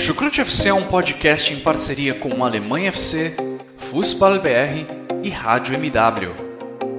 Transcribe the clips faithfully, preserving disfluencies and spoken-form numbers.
Chucrute F C é um podcast em parceria com Alemanha F C, Fußball B R e Rádio M W.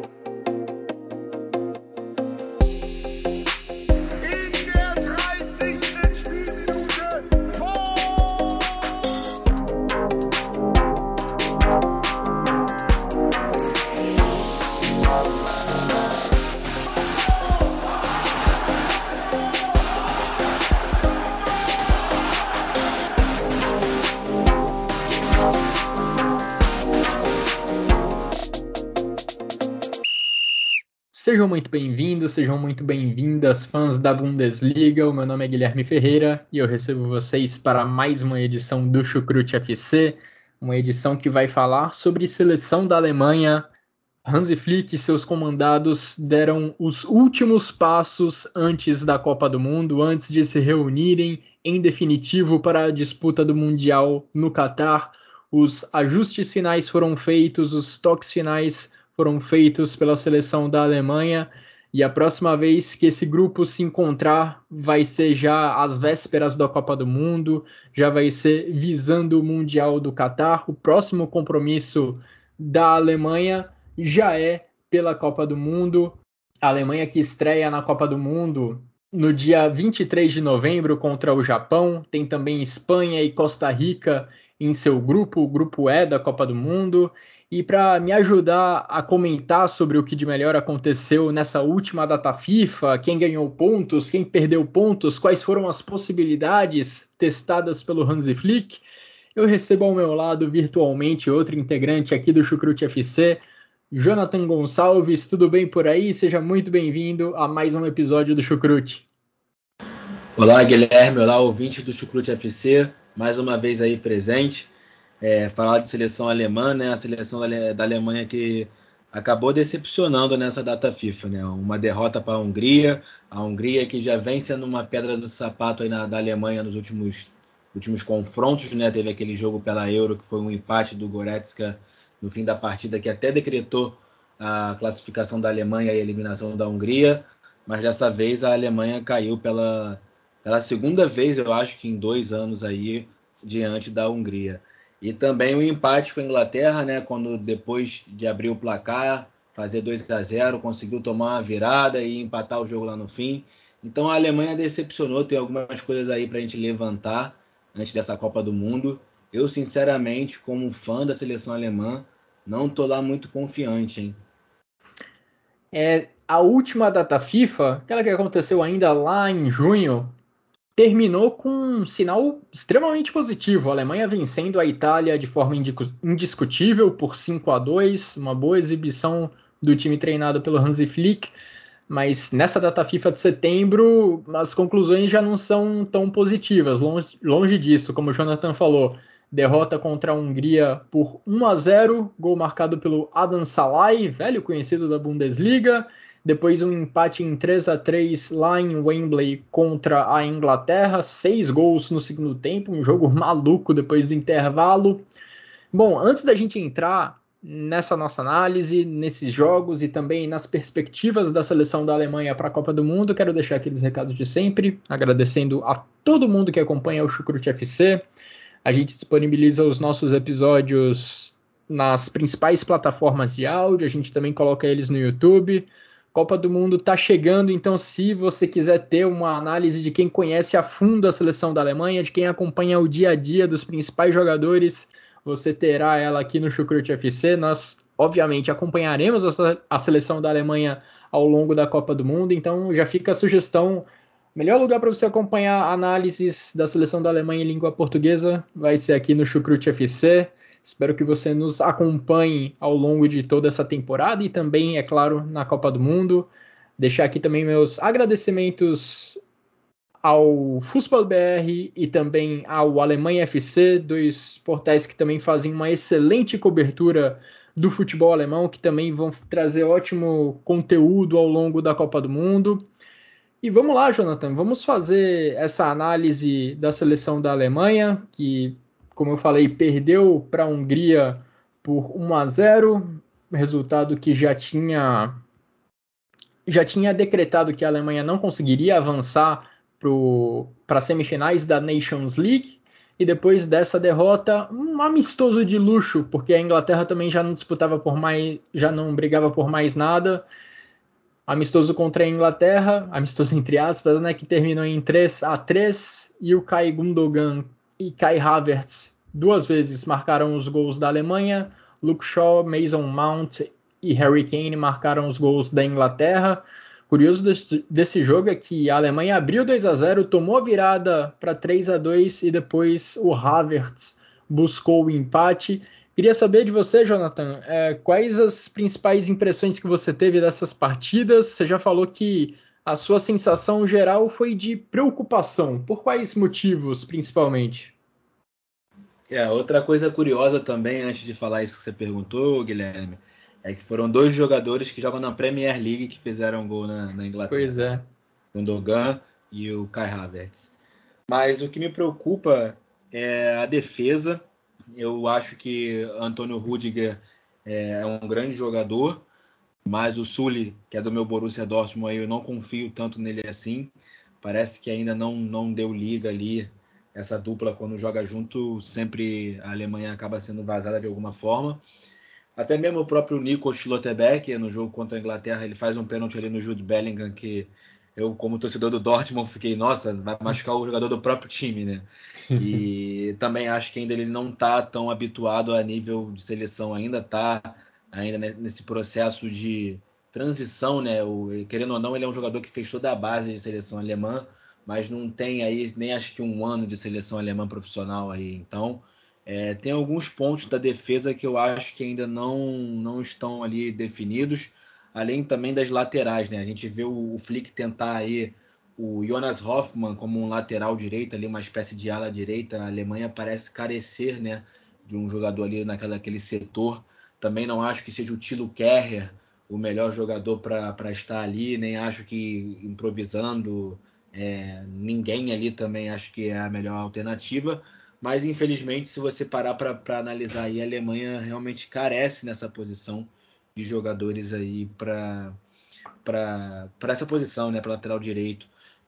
Sejam muito bem-vindos, sejam muito bem-vindas, fãs da Bundesliga. O meu nome é Guilherme Ferreira e eu recebo vocês para mais uma edição do Chucrute F C, uma edição que vai falar sobre seleção da Alemanha. Hansi Flick e seus comandados deram os últimos passos antes da Copa do Mundo, antes de se reunirem em definitivo para a disputa do Mundial no Catar. Os ajustes finais foram feitos, os toques finais foram feitos pela seleção da Alemanha, e a próxima vez que esse grupo se encontrar vai ser já às vésperas da Copa do Mundo, já vai ser visando o Mundial do Catar. O próximo compromisso da Alemanha já é pela Copa do Mundo. A Alemanha que estreia na Copa do Mundo no dia vinte e três de novembro contra o Japão. Tem também Espanha e Costa Rica em seu grupo, o grupo E da Copa do Mundo. E para me ajudar a comentar sobre o que de melhor aconteceu nessa última data FIFA, quem ganhou pontos, quem perdeu pontos, quais foram as possibilidades testadas pelo Hansi Flick, eu recebo ao meu lado virtualmente outro integrante aqui do Chucrute F C, Jonathan Gonçalves. Tudo bem por aí? Seja muito bem-vindo a mais um episódio do Chucrute. Olá, Guilherme. Olá, ouvinte do Chucrute F C. Mais uma vez aí presente. É, falar de seleção alemã, né? A seleção da Alemanha que acabou decepcionando nessa data FIFA, né? Uma derrota para a Hungria. A Hungria que já vem sendo uma pedra do sapato aí na, da Alemanha nos últimos, últimos confrontos, né? Teve aquele jogo pela Euro que foi um empate do Goretzka no fim da partida, que até decretou a classificação da Alemanha e a eliminação da Hungria, mas dessa vez a Alemanha caiu pela, pela segunda vez, eu acho que em dois anos aí, diante da Hungria. E também o empate com a Inglaterra, né, quando depois de abrir o placar, fazer dois a zero, conseguiu tomar uma virada e empatar o jogo lá no fim. Então a Alemanha decepcionou, tem algumas coisas aí para a gente levantar antes dessa Copa do Mundo. Eu, sinceramente, como fã da seleção alemã, não estou lá muito confiante, hein? É, a última data FIFA, aquela que aconteceu ainda lá em junho, terminou com um sinal extremamente positivo. A Alemanha vencendo a Itália de forma indiscutível por cinco a dois, uma boa exibição do time treinado pelo Hansi Flick. Mas nessa data FIFA de setembro, as conclusões já não são tão positivas, longe, longe disso, como o Jonathan falou. Derrota contra a Hungria por um a zero, gol marcado pelo Adam Szalai, velho conhecido da Bundesliga. Depois um empate em três a três lá em Wembley contra a Inglaterra, seis gols no segundo tempo, um jogo maluco depois do intervalo. Bom, antes da gente entrar nessa nossa análise, nesses jogos e também nas perspectivas da seleção da Alemanha para a Copa do Mundo, quero deixar aqueles recados de sempre, agradecendo a todo mundo que acompanha o Chucrute F C. A gente disponibiliza os nossos episódios nas principais plataformas de áudio, a gente também coloca eles no YouTube. Copa do Mundo está chegando, então se você quiser ter uma análise de quem conhece a fundo a seleção da Alemanha, de quem acompanha o dia a dia dos principais jogadores, você terá ela aqui no Chucrute F C. Nós, obviamente, acompanharemos a seleção da Alemanha ao longo da Copa do Mundo, então já fica a sugestão. Melhor lugar para você acompanhar análises da seleção da Alemanha em língua portuguesa vai ser aqui no Chucrute F C. Espero que você nos acompanhe ao longo de toda essa temporada e também, é claro, na Copa do Mundo. Deixar aqui também meus agradecimentos ao Fußball B R e também ao Alemanha F C, dois portais que também fazem uma excelente cobertura do futebol alemão, que também vão trazer ótimo conteúdo ao longo da Copa do Mundo. E vamos lá, Jonathan, vamos fazer essa análise da seleção da Alemanha, que, como eu falei, perdeu para a Hungria por um a zero, resultado que já tinha, já tinha decretado que a Alemanha não conseguiria avançar para as semifinais da Nations League. E depois dessa derrota, um amistoso de luxo, porque a Inglaterra também já não disputava por mais, já não brigava por mais nada. Amistoso contra a Inglaterra, amistoso entre aspas, né, que terminou em três a três, e o Kai Gundogan e Kai Havertz duas vezes marcaram os gols da Alemanha. Luke Shaw, Mason Mount e Harry Kane marcaram os gols da Inglaterra. Curioso desse, desse jogo é que a Alemanha abriu dois a zero, tomou a virada para três a dois e depois o Havertz buscou o empate. Queria saber de você, Jonathan, é, quais as principais impressões que você teve dessas partidas? Você já falou que a sua sensação geral foi de preocupação. Por quais motivos, principalmente? É, outra coisa curiosa também, antes de falar isso que você perguntou, Guilherme, é que foram dois jogadores que jogam na Premier League que fizeram gol na, na Pois Inglaterra, é. né? O Gundogan e o Kai Havertz. Mas o que me preocupa é a defesa. Eu acho que Antônio Rudiger é um grande jogador, mas o Sully, que é do meu Borussia Dortmund, eu não confio tanto nele assim. Parece que ainda não, não deu liga ali. Essa dupla, quando joga junto, sempre a Alemanha acaba sendo vazada de alguma forma. Até mesmo o próprio Nico Schlotterbeck, no jogo contra a Inglaterra, ele faz um pênalti ali no Jude Bellingham que eu, como torcedor do Dortmund, fiquei, nossa, vai machucar o jogador do próprio time, né? E também acho que ainda ele não está tão habituado a nível de seleção, ainda está ainda nesse processo de transição, né? O, querendo ou não, ele é um jogador que fez toda a base de seleção alemã, mas não tem aí nem acho que um ano de seleção alemã profissional aí. Então, é, tem alguns pontos da defesa que eu acho que ainda não, não estão ali definidos, além também das laterais, né? A gente vê o, o Flick tentar aí o Jonas Hoffmann como um lateral direito, ali uma espécie de ala direita. A Alemanha parece carecer, né, de um jogador ali naquela, naquele setor. Também não acho que seja o Thilo Kehrer o melhor jogador para estar ali, nem acho que improvisando é, ninguém ali também acho que é a melhor alternativa. Mas infelizmente, se você parar para analisar aí, a Alemanha realmente carece nessa posição de jogadores aí para para essa posição, né, para lateral direito.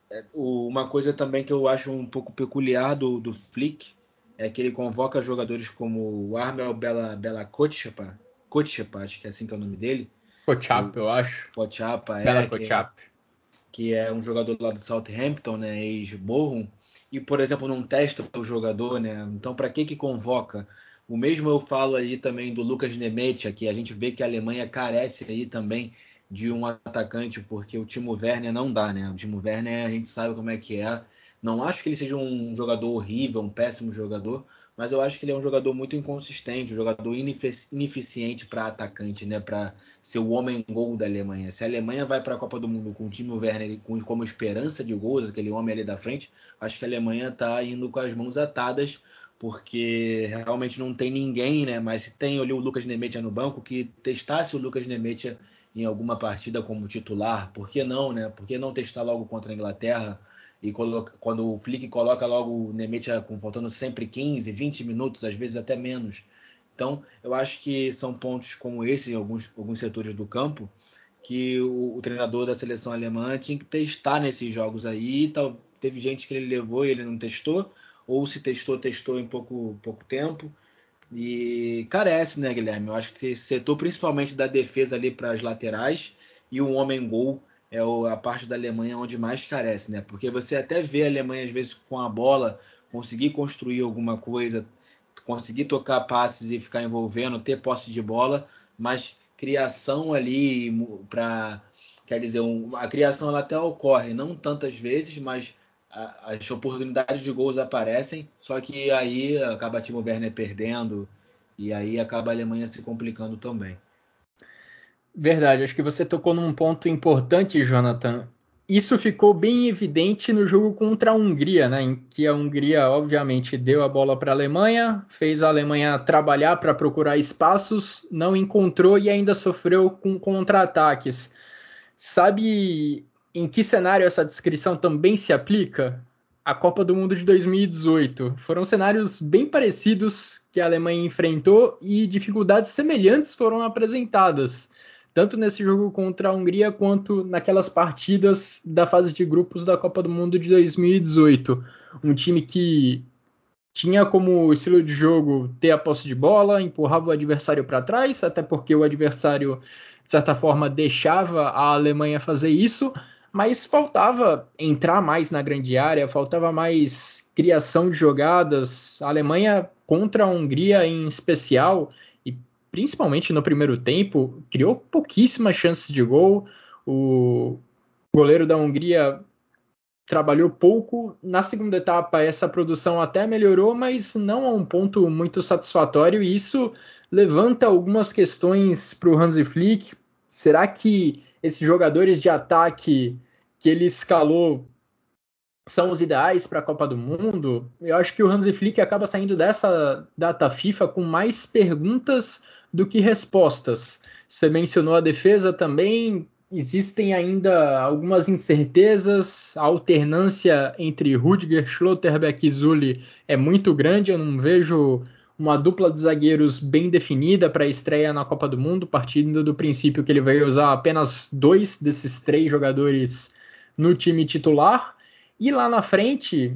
Uma coisa também que eu acho um pouco peculiar do, do Flick é que ele convoca jogadores como o Armel Bela, Bela Kotchapa, Kotchapa, acho que é assim que é o nome dele. Kochap, O eu acho. Kotchapa Bela é que, é Kochap. que é um jogador lá do Southampton, né, ex-Bochum, e, por exemplo, não testa o jogador, né? Então, para que que convoca? O mesmo eu falo aí também do Lucas Nemetia, que a gente vê que a Alemanha carece aí também de um atacante, porque o Timo Werner não dá, né? O Timo Werner a gente sabe como é que é. Não acho que ele seja um jogador horrível, um péssimo jogador, mas eu acho que ele é um jogador muito inconsistente, um jogador ineficiente para atacante, né? Para ser o homem-gol da Alemanha. Se a Alemanha vai para a Copa do Mundo com o Timo Werner como esperança de gols, aquele homem ali da frente, acho que a Alemanha está indo com as mãos atadas, porque realmente não tem ninguém, né? Mas se tem ali o Lucas Nemetia no banco, que testasse o Lucas Nemetia em alguma partida como titular, por que não, né? Por que não testar logo contra a Inglaterra? E coloca, quando o Flick coloca logo o Nemetia com faltando sempre quinze, vinte minutos, às vezes até menos. Então, eu acho que são pontos como esse em alguns, alguns setores do campo que o, o treinador da seleção alemã tinha que testar nesses jogos aí. Tal, teve gente que ele levou e ele não testou, ou se testou, testou em pouco, pouco tempo. E carece, né, Guilherme? Eu acho que esse setor, principalmente da defesa ali para as laterais e o homem-gol, é a parte da Alemanha onde mais carece, né? Porque você até vê a Alemanha, às vezes, com a bola, conseguir construir alguma coisa, conseguir tocar passes e ficar envolvendo, ter posse de bola, mas criação ali para. Quer dizer, um, a criação ela até ocorre, não tantas vezes, mas a, as oportunidades de gols aparecem, só que aí acaba Timo Werner perdendo e aí acaba a Alemanha se complicando também. Verdade, acho que você tocou num ponto importante, Jonathan. Isso ficou bem evidente no jogo contra a Hungria, né, em que a Hungria, obviamente, deu a bola para a Alemanha, fez a Alemanha trabalhar para procurar espaços, não encontrou e ainda sofreu com contra-ataques. Sabe em que cenário essa descrição também se aplica? A Copa do Mundo de dois mil e dezoito. Foram cenários bem parecidos que a Alemanha enfrentou e dificuldades semelhantes foram apresentadas, tanto nesse jogo contra a Hungria quanto naquelas partidas da fase de grupos da Copa do Mundo de dois mil e dezoito. Um time que tinha como estilo de jogo ter a posse de bola, empurrava o adversário para trás, até porque o adversário, de certa forma, deixava a Alemanha fazer isso, mas faltava entrar mais na grande área, faltava mais criação de jogadas. A Alemanha contra a Hungria em especial, e principalmente no primeiro tempo, criou pouquíssimas chances de gol. O goleiro da Hungria trabalhou pouco. Na segunda etapa, essa produção até melhorou, mas não a um ponto muito satisfatório, e isso levanta algumas questões para o Hansi Flick. Será que esses jogadores de ataque que ele escalou são os ideais para a Copa do Mundo? Eu acho que o Hansi Flick acaba saindo dessa data FIFA com mais perguntas do que respostas. Você mencionou a defesa também. Existem ainda algumas incertezas. A alternância entre Rudiger, Schlotterbeck e Zulli é muito grande. Eu não vejo uma dupla de zagueiros bem definida para a estreia na Copa do Mundo, partindo do princípio que ele vai usar apenas dois desses três jogadores no time titular. E lá na frente,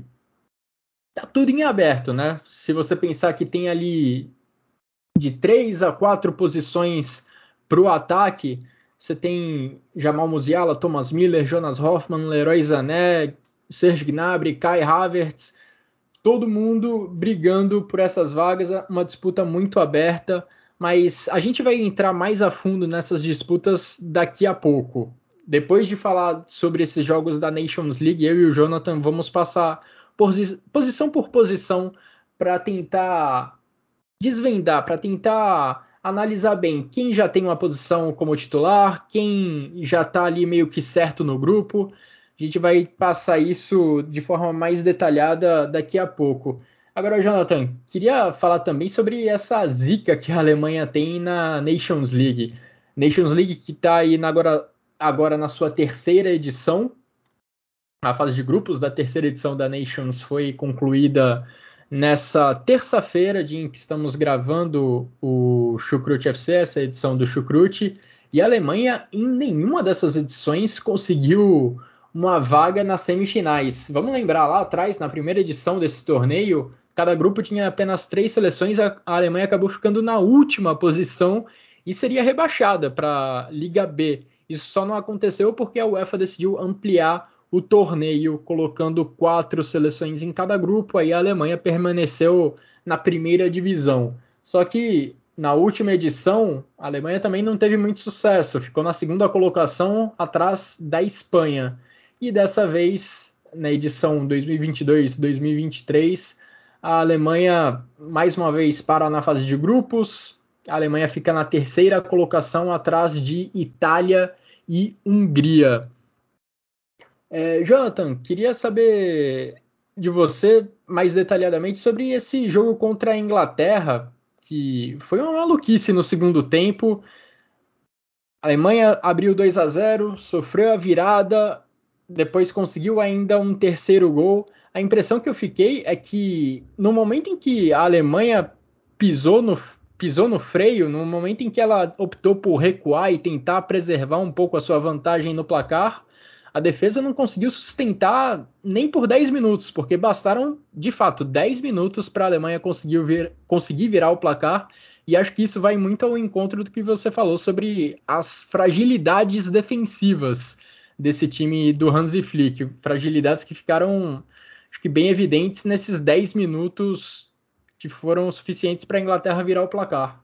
tá tudo em aberto, né? Se você pensar que tem ali de três a quatro posições para o ataque, você tem Jamal Musiala, Thomas Müller, Jonas Hoffmann, Leroy Sané, Serge Gnabry, Kai Havertz, todo mundo brigando por essas vagas, uma disputa muito aberta, mas a gente vai entrar mais a fundo nessas disputas daqui a pouco. Depois de falar sobre esses jogos da Nations League, eu e o Jonathan vamos passar posi- posição por posição para tentar desvendar, para tentar analisar bem quem já tem uma posição como titular, quem já está ali meio que certo no grupo. A gente vai passar isso de forma mais detalhada daqui a pouco. Agora, Jonathan, queria falar também sobre essa zica que a Alemanha tem na Nations League. Nations League que está aí na agora, agora na sua terceira edição. A fase de grupos da terceira edição da Nations foi concluída nessa terça-feira, dia em que estamos gravando o Chucrute F C, essa edição do Chucrute, e a Alemanha em nenhuma dessas edições conseguiu uma vaga nas semifinais. Vamos lembrar lá atrás, na primeira edição desse torneio, cada grupo tinha apenas três seleções, a Alemanha acabou ficando na última posição e seria rebaixada para a Liga B. Isso só não aconteceu porque a UEFA decidiu ampliar o torneio, colocando quatro seleções em cada grupo. Aí a Alemanha permaneceu na primeira divisão. Só que na última edição, a Alemanha também não teve muito sucesso, ficou na segunda colocação, atrás da Espanha. E dessa vez, na edição dois mil e vinte e dois dois mil e vinte e três, a Alemanha mais uma vez para na fase de grupos. A Alemanha fica na terceira colocação, atrás de Itália e Hungria. É, Jonathan, queria saber de você mais detalhadamente sobre esse jogo contra a Inglaterra, que foi uma maluquice no segundo tempo. A Alemanha abriu dois a zero, sofreu a virada, depois conseguiu ainda um terceiro gol. A impressão que eu fiquei é que no momento em que a Alemanha pisou no, pisou no freio, no momento em que ela optou por recuar e tentar preservar um pouco a sua vantagem no placar, a defesa não conseguiu sustentar nem por dez minutos, porque bastaram, de fato, dez minutos para a Alemanha conseguir, vir, conseguir virar o placar. E acho que isso vai muito ao encontro do que você falou sobre as fragilidades defensivas desse time do Hansi Flick. Fragilidades que ficaram, acho que, bem evidentes nesses dez minutos que foram suficientes para a Inglaterra virar o placar.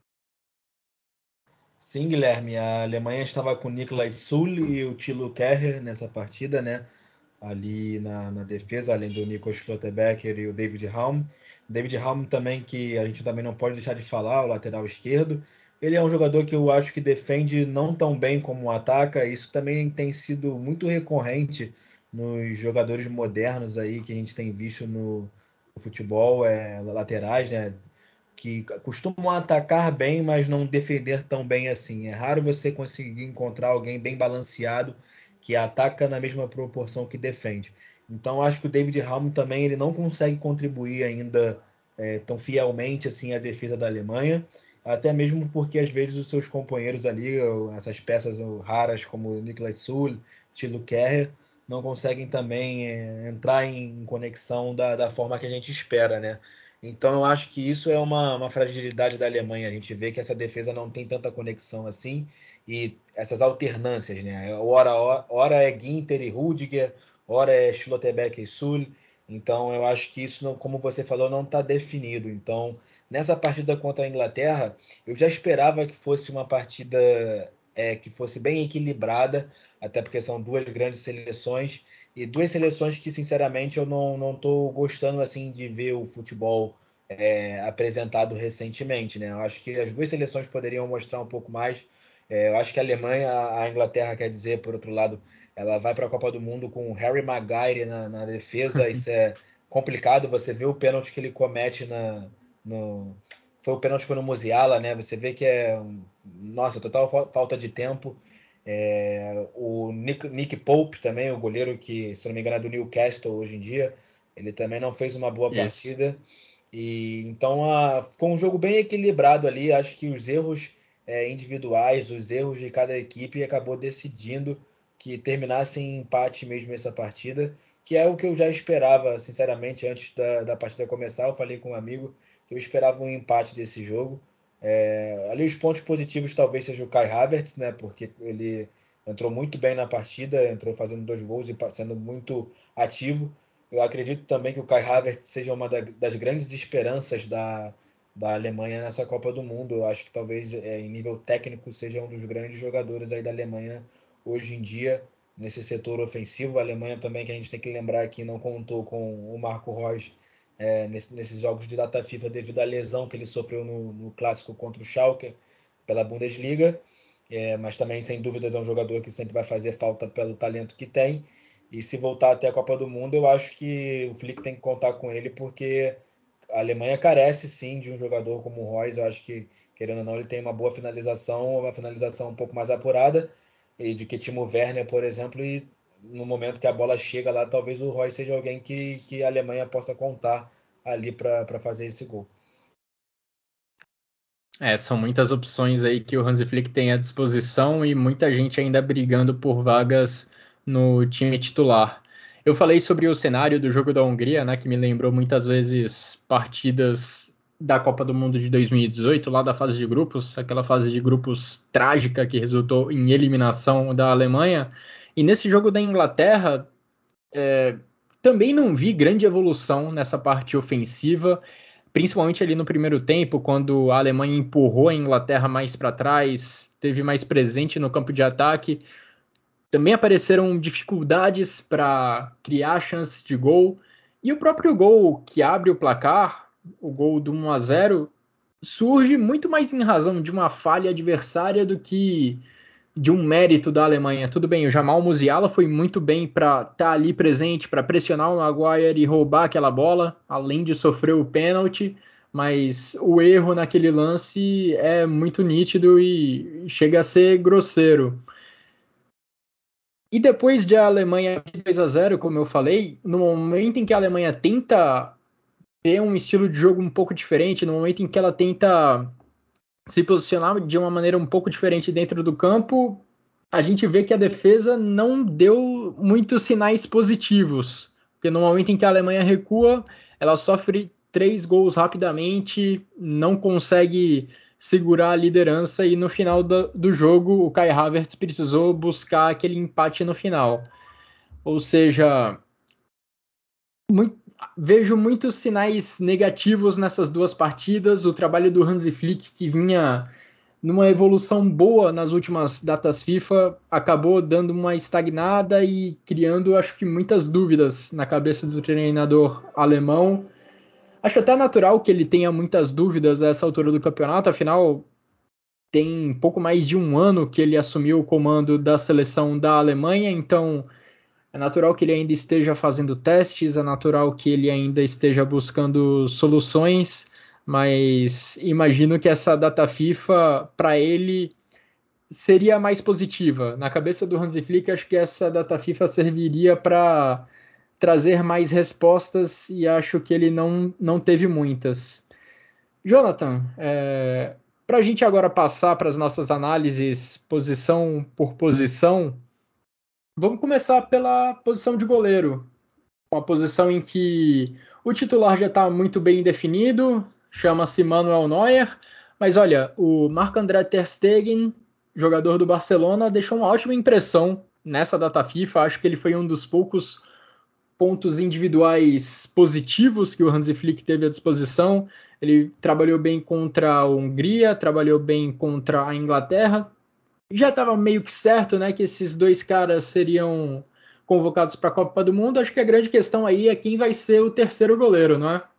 Sim, Guilherme, a Alemanha estava com o Niklas Süle e o Thilo Kehrer nessa partida, né? Ali na, na defesa, além do Nico Schlotterbecker e o David Raum. David Raum também, que a gente também não pode deixar de falar, o lateral esquerdo. Ele é um jogador que eu acho que defende não tão bem como ataca. Isso também tem sido muito recorrente nos jogadores modernos aí que a gente tem visto no, no futebol, é, laterais, né? Que costumam atacar bem, mas não defender tão bem assim. É raro você conseguir encontrar alguém bem balanceado que ataca na mesma proporção que defende. Então acho que o David Raum também ele não consegue contribuir ainda é, tão fielmente assim à defesa da Alemanha, até mesmo porque às vezes os seus companheiros ali, essas peças raras como o Niklas Süle, Thilo Kehrer, não conseguem também é, entrar em conexão da, da forma que a gente espera, né? Então eu acho que isso é uma, uma fragilidade da Alemanha. A gente vê que essa defesa não tem tanta conexão assim e essas alternâncias, né? Ora, ora, ora é Ginter e Rudiger, ora é Schlotterbeck e Sul. Então eu acho que isso, não, como você falou, não está definido. Então nessa partida contra a Inglaterra, eu já esperava que fosse uma partida é, que fosse bem equilibrada, até porque são duas grandes seleções e duas seleções que, sinceramente, eu não não estou gostando assim de ver o futebol é, apresentado recentemente, né? Eu acho que as duas seleções poderiam mostrar um pouco mais. É, eu acho que a Alemanha, a Inglaterra, quer dizer, por outro lado, ela vai para a Copa do Mundo com o Harry Maguire na, na defesa. Isso é complicado. Você vê o pênalti que ele comete na, no, foi o pênalti foi no Musiala, né? Você vê que é, nossa, total falta de tempo. É, o Nick, Nick Pope também, o goleiro que, se não me engano, é do Newcastle hoje em dia, ele também não fez uma boa Isso. partida. E então a, foi um jogo bem equilibrado ali. Acho que os erros é, individuais, os erros de cada equipe acabou decidindo que terminasse em empate mesmo essa partida, que é o que eu já esperava, sinceramente, antes da, da partida começar. Eu falei com um amigo que eu esperava um empate desse jogo. É, ali os pontos positivos talvez seja o Kai Havertz, né? Porque ele entrou muito bem na partida, entrou fazendo dois gols e sendo muito ativo. Eu acredito também que o Kai Havertz seja uma da, das grandes esperanças da, da Alemanha nessa Copa do Mundo. Eu acho que talvez é, em nível técnico seja um dos grandes jogadores aí da Alemanha hoje em dia nesse setor ofensivo. A Alemanha também, que a gente tem que lembrar que não contou com o Marco Reus é, nesse, nesses jogos de data FIFA devido à lesão que ele sofreu no, no clássico contra o Schalke pela Bundesliga, é, mas também sem dúvidas é um jogador que sempre vai fazer falta pelo talento que tem, e se voltar até a Copa do Mundo eu acho que o Flick tem que contar com ele, porque a Alemanha carece sim de um jogador como o Reus. Eu acho que, querendo ou não, ele tem uma boa finalização, uma finalização um pouco mais apurada, e de que Timo Werner, por exemplo, e no momento que a bola chega lá, talvez o Reus seja alguém que, que a Alemanha possa contar ali para fazer esse gol. É, são muitas opções aí que o Hansi Flick tem à disposição e muita gente ainda brigando por vagas no time titular. Eu falei sobre o cenário do jogo da Hungria, né, que me lembrou muitas vezes partidas da Copa do Mundo de dois mil e dezoito, lá da fase de grupos, aquela fase de grupos trágica que resultou em eliminação da Alemanha. E nesse jogo da Inglaterra, é, também não vi grande evolução nessa parte ofensiva, principalmente ali no primeiro tempo, quando a Alemanha empurrou a Inglaterra mais para trás, teve mais presente no campo de ataque. Também apareceram dificuldades para criar chances de gol. E o próprio gol que abre o placar, o gol do um a zero, surge muito mais em razão de uma falha adversária do que de um mérito da Alemanha. Tudo bem, o Jamal Musiala foi muito bem para estar tá ali presente, para pressionar o Maguire e roubar aquela bola, além de sofrer o pênalti, mas o erro naquele lance é muito nítido e chega a ser grosseiro. E depois de a Alemanha dois a zero, como eu falei, no momento em que a Alemanha tenta ter um estilo de jogo um pouco diferente, no momento em que ela tenta se posicionar de uma maneira um pouco diferente dentro do campo, a gente vê que a defesa não deu muitos sinais positivos. Porque no momento em que a Alemanha recua, ela sofre três gols rapidamente, não consegue segurar a liderança e no final do, do jogo o Kai Havertz precisou buscar aquele empate no final. Ou seja, muito, vejo muitos sinais negativos nessas duas partidas. O trabalho do Hansi Flick, que vinha numa evolução boa nas últimas datas FIFA, acabou dando uma estagnada e criando, acho que, muitas dúvidas na cabeça do treinador alemão. Acho até natural que ele tenha muitas dúvidas a essa altura do campeonato, afinal, tem pouco mais de um ano que ele assumiu o comando da seleção da Alemanha, então é natural que ele ainda esteja fazendo testes, é natural que ele ainda esteja buscando soluções, mas imagino que essa data FIFA, para ele, seria mais positiva. Na cabeça do Hansi Flick, acho que essa data FIFA serviria para trazer mais respostas e acho que ele não, não teve muitas. Jonathan, é, para a gente agora passar para as nossas análises posição por posição, Vamos começar pela posição de goleiro. Uma posição em que o titular já está muito bem definido, chama-se Manuel Neuer, mas olha, o Marc-André ter Stegen, jogador do Barcelona, deixou uma ótima impressão nessa data FIFA. Acho que ele foi um dos poucos pontos individuais positivos que o Hansi Flick teve à disposição. Ele trabalhou bem contra a Hungria, trabalhou bem contra a Inglaterra. Já estava meio que certo, né, que esses dois caras seriam convocados para a Copa do Mundo. Acho que a grande questão aí é quem vai ser o terceiro goleiro, não é?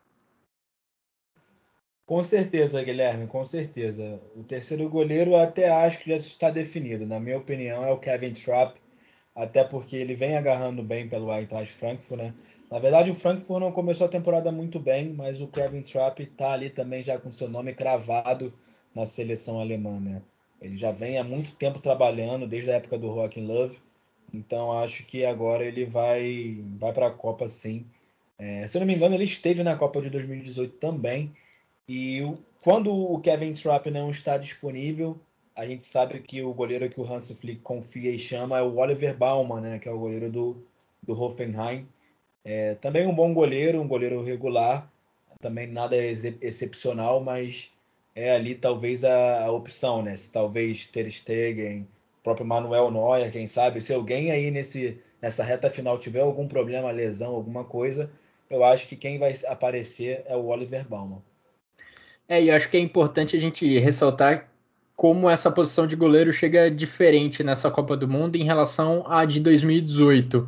Com certeza, Guilherme, com certeza. O terceiro goleiro eu até acho que já está definido. Na minha opinião, é o Kevin Trapp, até porque ele vem agarrando bem pelo Eintracht Frankfurt, né? Na verdade, o Frankfurt não começou a temporada muito bem, mas o Kevin Trapp está ali também já com seu nome cravado na seleção alemã, né? Ele já vem há muito tempo trabalhando, desde a época do Joachim Löw, então acho que agora ele vai, vai para a Copa sim. É, se eu não me engano, ele esteve na Copa de dois mil e dezoito também, e o- quando o Kevin Trapp não está disponível, a gente sabe que o goleiro que o Hansi Flick confia e chama é o Oliver Baumann, né, que é o goleiro do, do Hoffenheim. É, também um bom goleiro, um goleiro regular, também nada ex excepcional, mas é ali talvez a, a opção, né? Se talvez Ter Stegen, próprio Manuel Neuer, quem sabe, se alguém aí nesse, nessa reta final tiver algum problema, lesão, alguma coisa, eu acho que quem vai aparecer é o Oliver Baumann. É, e acho que é importante a gente ressaltar como essa posição de goleiro chega diferente nessa Copa do Mundo em relação à de dois mil e dezoito.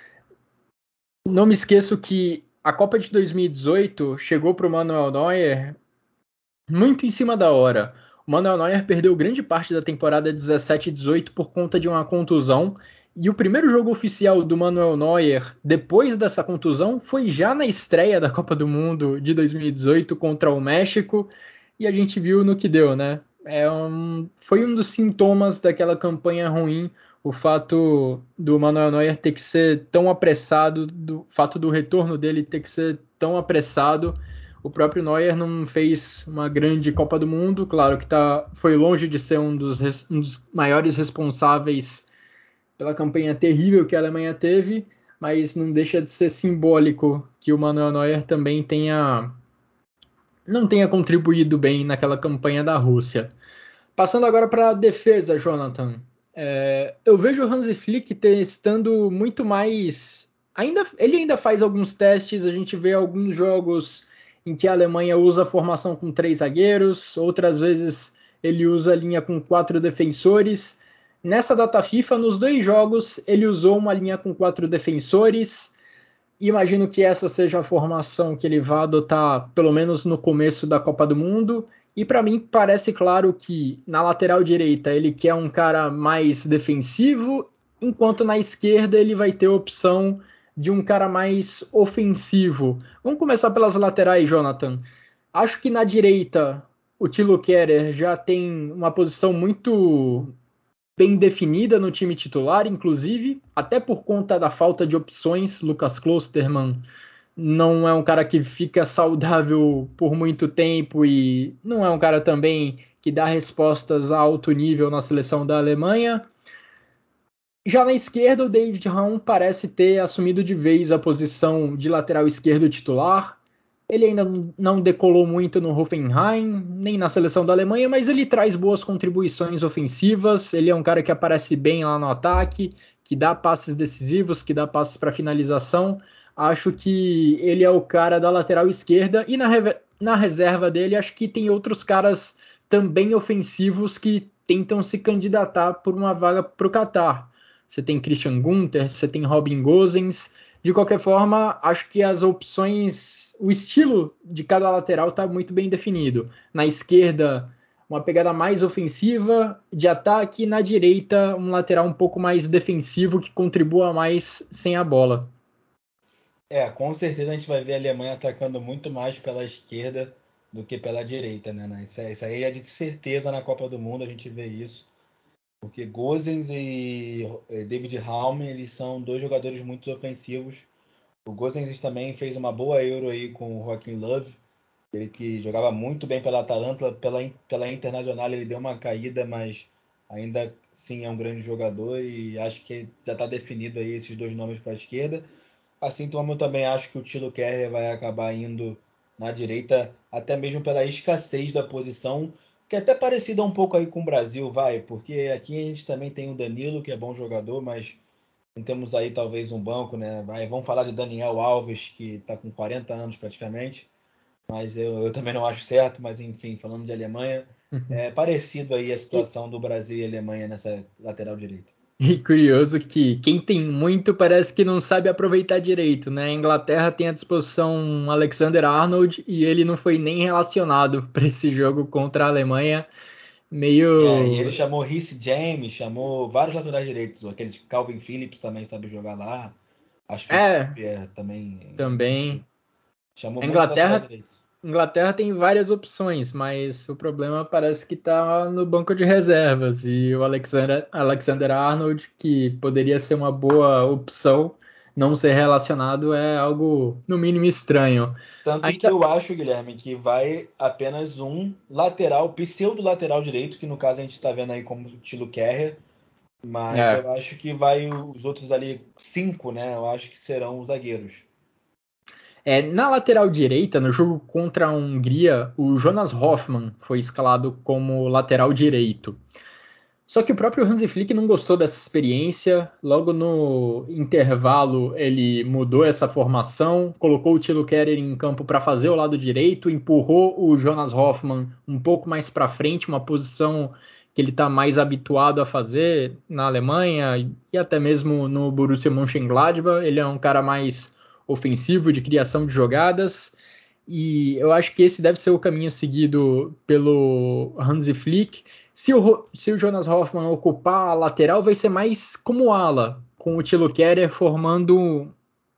Não me esqueço que a Copa de dois mil e dezoito chegou para o Manuel Neuer muito em cima da hora. O Manuel Neuer perdeu grande parte da temporada dezessete e dezoito por conta de uma contusão. E o primeiro jogo oficial do Manuel Neuer depois dessa contusão foi já na estreia da Copa do Mundo de dois mil e dezoito contra o México. E a gente viu no que deu, né? É um, foi um dos sintomas daquela campanha ruim, o fato do Manuel Neuer ter que ser tão apressado, do fato do retorno dele ter que ser tão apressado. O próprio Neuer não fez uma grande Copa do Mundo, claro que tá, foi longe de ser um dos, um dos maiores responsáveis pela campanha terrível que a Alemanha teve, mas não deixa de ser simbólico que o Manuel Neuer também tenha não tenha contribuído bem naquela campanha da Rússia. Passando agora para a defesa, Jonathan. É, eu vejo o Hansi Flick testando muito mais. Ainda, ele ainda faz alguns testes, a gente vê alguns jogos em que a Alemanha usa a formação com três zagueiros, outras vezes ele usa a linha com quatro defensores. Nessa data FIFA, nos dois jogos, ele usou uma linha com quatro defensores. Imagino que essa seja a formação que ele vai adotar, pelo menos no começo da Copa do Mundo. E para mim parece claro que na lateral direita ele quer um cara mais defensivo, enquanto na esquerda ele vai ter a opção de um cara mais ofensivo. Vamos começar pelas laterais, Jonathan. Acho que na direita o Thilo Kehrer já tem uma posição muito bem definida no time titular, inclusive, até por conta da falta de opções. Lucas Klostermann não é um cara que fica saudável por muito tempo e não é um cara também que dá respostas a alto nível na seleção da Alemanha. Já na esquerda, o David Raum parece ter assumido de vez a posição de lateral esquerdo titular. Ele ainda não decolou muito no Hoffenheim, nem na seleção da Alemanha, mas ele traz boas contribuições ofensivas. Ele é um cara que aparece bem lá no ataque, que dá passes decisivos, que dá passes para finalização. Acho que ele é o cara da lateral esquerda e na, na reserva dele acho que tem outros caras também ofensivos que tentam se candidatar por uma vaga para o Qatar. Você tem Christian Günther, você tem Robin Gosens. De qualquer forma, acho que as opções, o estilo de cada lateral está muito bem definido. Na esquerda, uma pegada mais ofensiva de ataque, na direita, um lateral um pouco mais defensivo que contribua mais sem a bola. É, com certeza a gente vai ver a Alemanha atacando muito mais pela esquerda do que pela direita, né? Isso, isso aí é de certeza na Copa do Mundo, a gente vê isso. Porque Gosens e David Raum, eles são dois jogadores muito ofensivos. O Gosens também fez uma boa Euro aí com o Joachim Löw, ele que jogava muito bem pela Atalanta, pela, pela Internacional ele deu uma caída, mas ainda sim é um grande jogador e acho que já está definido aí esses dois nomes para a esquerda. Assim como eu também acho que o Thilo Kehrer vai acabar indo na direita, até mesmo pela escassez da posição, que é até parecida um pouco aí com o Brasil, vai, porque aqui a gente também tem o Danilo, que é bom jogador, mas não temos aí talvez um banco, né? Vai, vamos falar de Daniel Alves, que está com quarenta anos praticamente, mas eu, eu também não acho certo, mas enfim, falando de Alemanha, é parecido aí a situação do Brasil e Alemanha nessa lateral direita. E curioso que quem tem muito parece que não sabe aproveitar direito, né? A Inglaterra tem à disposição Alexander Arnold e ele não foi nem relacionado para esse jogo contra a Alemanha. É, e ele Meio. chamou Reece James, chamou vários laterais direitos, aquele Calvin Phillips também sabe jogar lá. Acho que o É, Trippier também, não sei. também. Chamou A muitos laterais Inglaterra, direitos. Inglaterra tem várias opções, mas o problema parece que está no banco de reservas. E o Alexander, Alexander Arnold, que poderia ser uma boa opção, não ser relacionado é algo, no mínimo, estranho. Tanto que Ainda. eu acho, Guilherme, que vai apenas um lateral, pseudo-lateral direito, que no caso a gente está vendo aí como estilo Kehrer, mas É, eu acho que vai os outros ali, cinco, né? Eu acho que serão os zagueiros. É, na lateral direita, no jogo contra a Hungria, o Jonas Hoffmann foi escalado como lateral direito. Só que o próprio Hansi Flick não gostou dessa experiência. Logo no intervalo, ele mudou essa formação, colocou o Thilo Kehrer em campo para fazer o lado direito, empurrou o Jonas Hoffmann um pouco mais para frente, uma posição que ele está mais habituado a fazer na Alemanha e até mesmo no Borussia Mönchengladbach. Ele é um cara mais ofensivo, de criação de jogadas. E eu acho que esse deve ser o caminho seguido pelo Hansi Flick. Se o, se o Jonas Hoffmann ocupar a lateral, vai ser mais como ala, com o Thilo Kehrer formando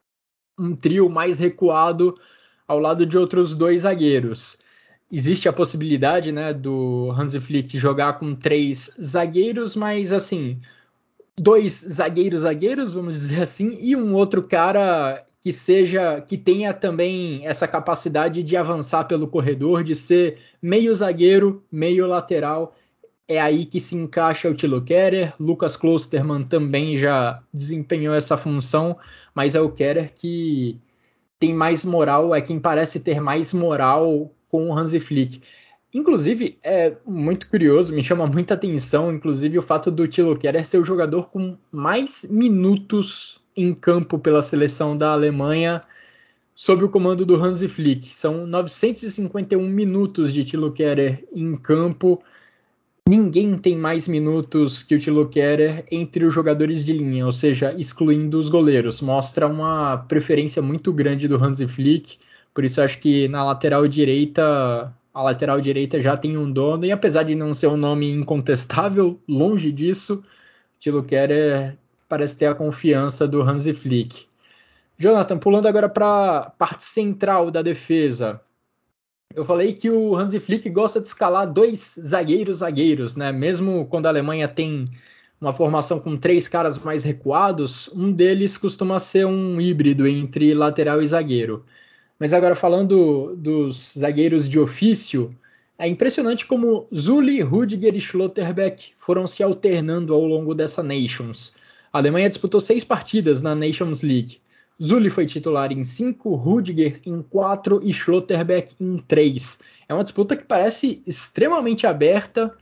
um trio mais recuado ao lado de outros dois zagueiros. Existe a possibilidade, né, do Hansi Flick jogar com três zagueiros, mas assim, dois zagueiros zagueiros, vamos dizer assim, e um outro cara que seja que tenha também essa capacidade de avançar pelo corredor, de ser meio zagueiro, meio lateral. É aí que se encaixa o Thilo Kehrer. Lucas Klostermann também já desempenhou essa função, mas é o Kehrer que tem mais moral, é quem parece ter mais moral com o Hansi Flick. Inclusive, é muito curioso, me chama muita atenção, inclusive, o fato do Thilo Kehrer ser o jogador com mais minutos em campo pela seleção da Alemanha sob o comando do Hansi Flick. São novecentos e cinquenta e um minutos de Thilo Kehrer em campo. Ninguém tem mais minutos que o Thilo Kehrer entre os jogadores de linha, ou seja, excluindo os goleiros. Mostra uma preferência muito grande do Hansi Flick, por isso acho que na lateral direita, a lateral direita já tem um dono, e apesar de não ser um nome incontestável, longe disso, Thilo Kehrer parece ter a confiança do Hansi Flick. Jonathan, pulando agora para a parte central da defesa. Eu falei que o Hansi Flick gosta de escalar dois zagueiros zagueiros, né? Mesmo quando a Alemanha tem uma formação com três caras mais recuados, um deles costuma ser um híbrido entre lateral e zagueiro. Mas agora falando dos zagueiros de ofício, é impressionante como Zuli, Rudiger e Schlotterbeck foram se alternando ao longo dessa Nations. A Alemanha disputou seis partidas na Nations League. Zuli foi titular em cinco, Rudiger em quatro e Schlotterbeck em três. É uma disputa que parece extremamente aberta.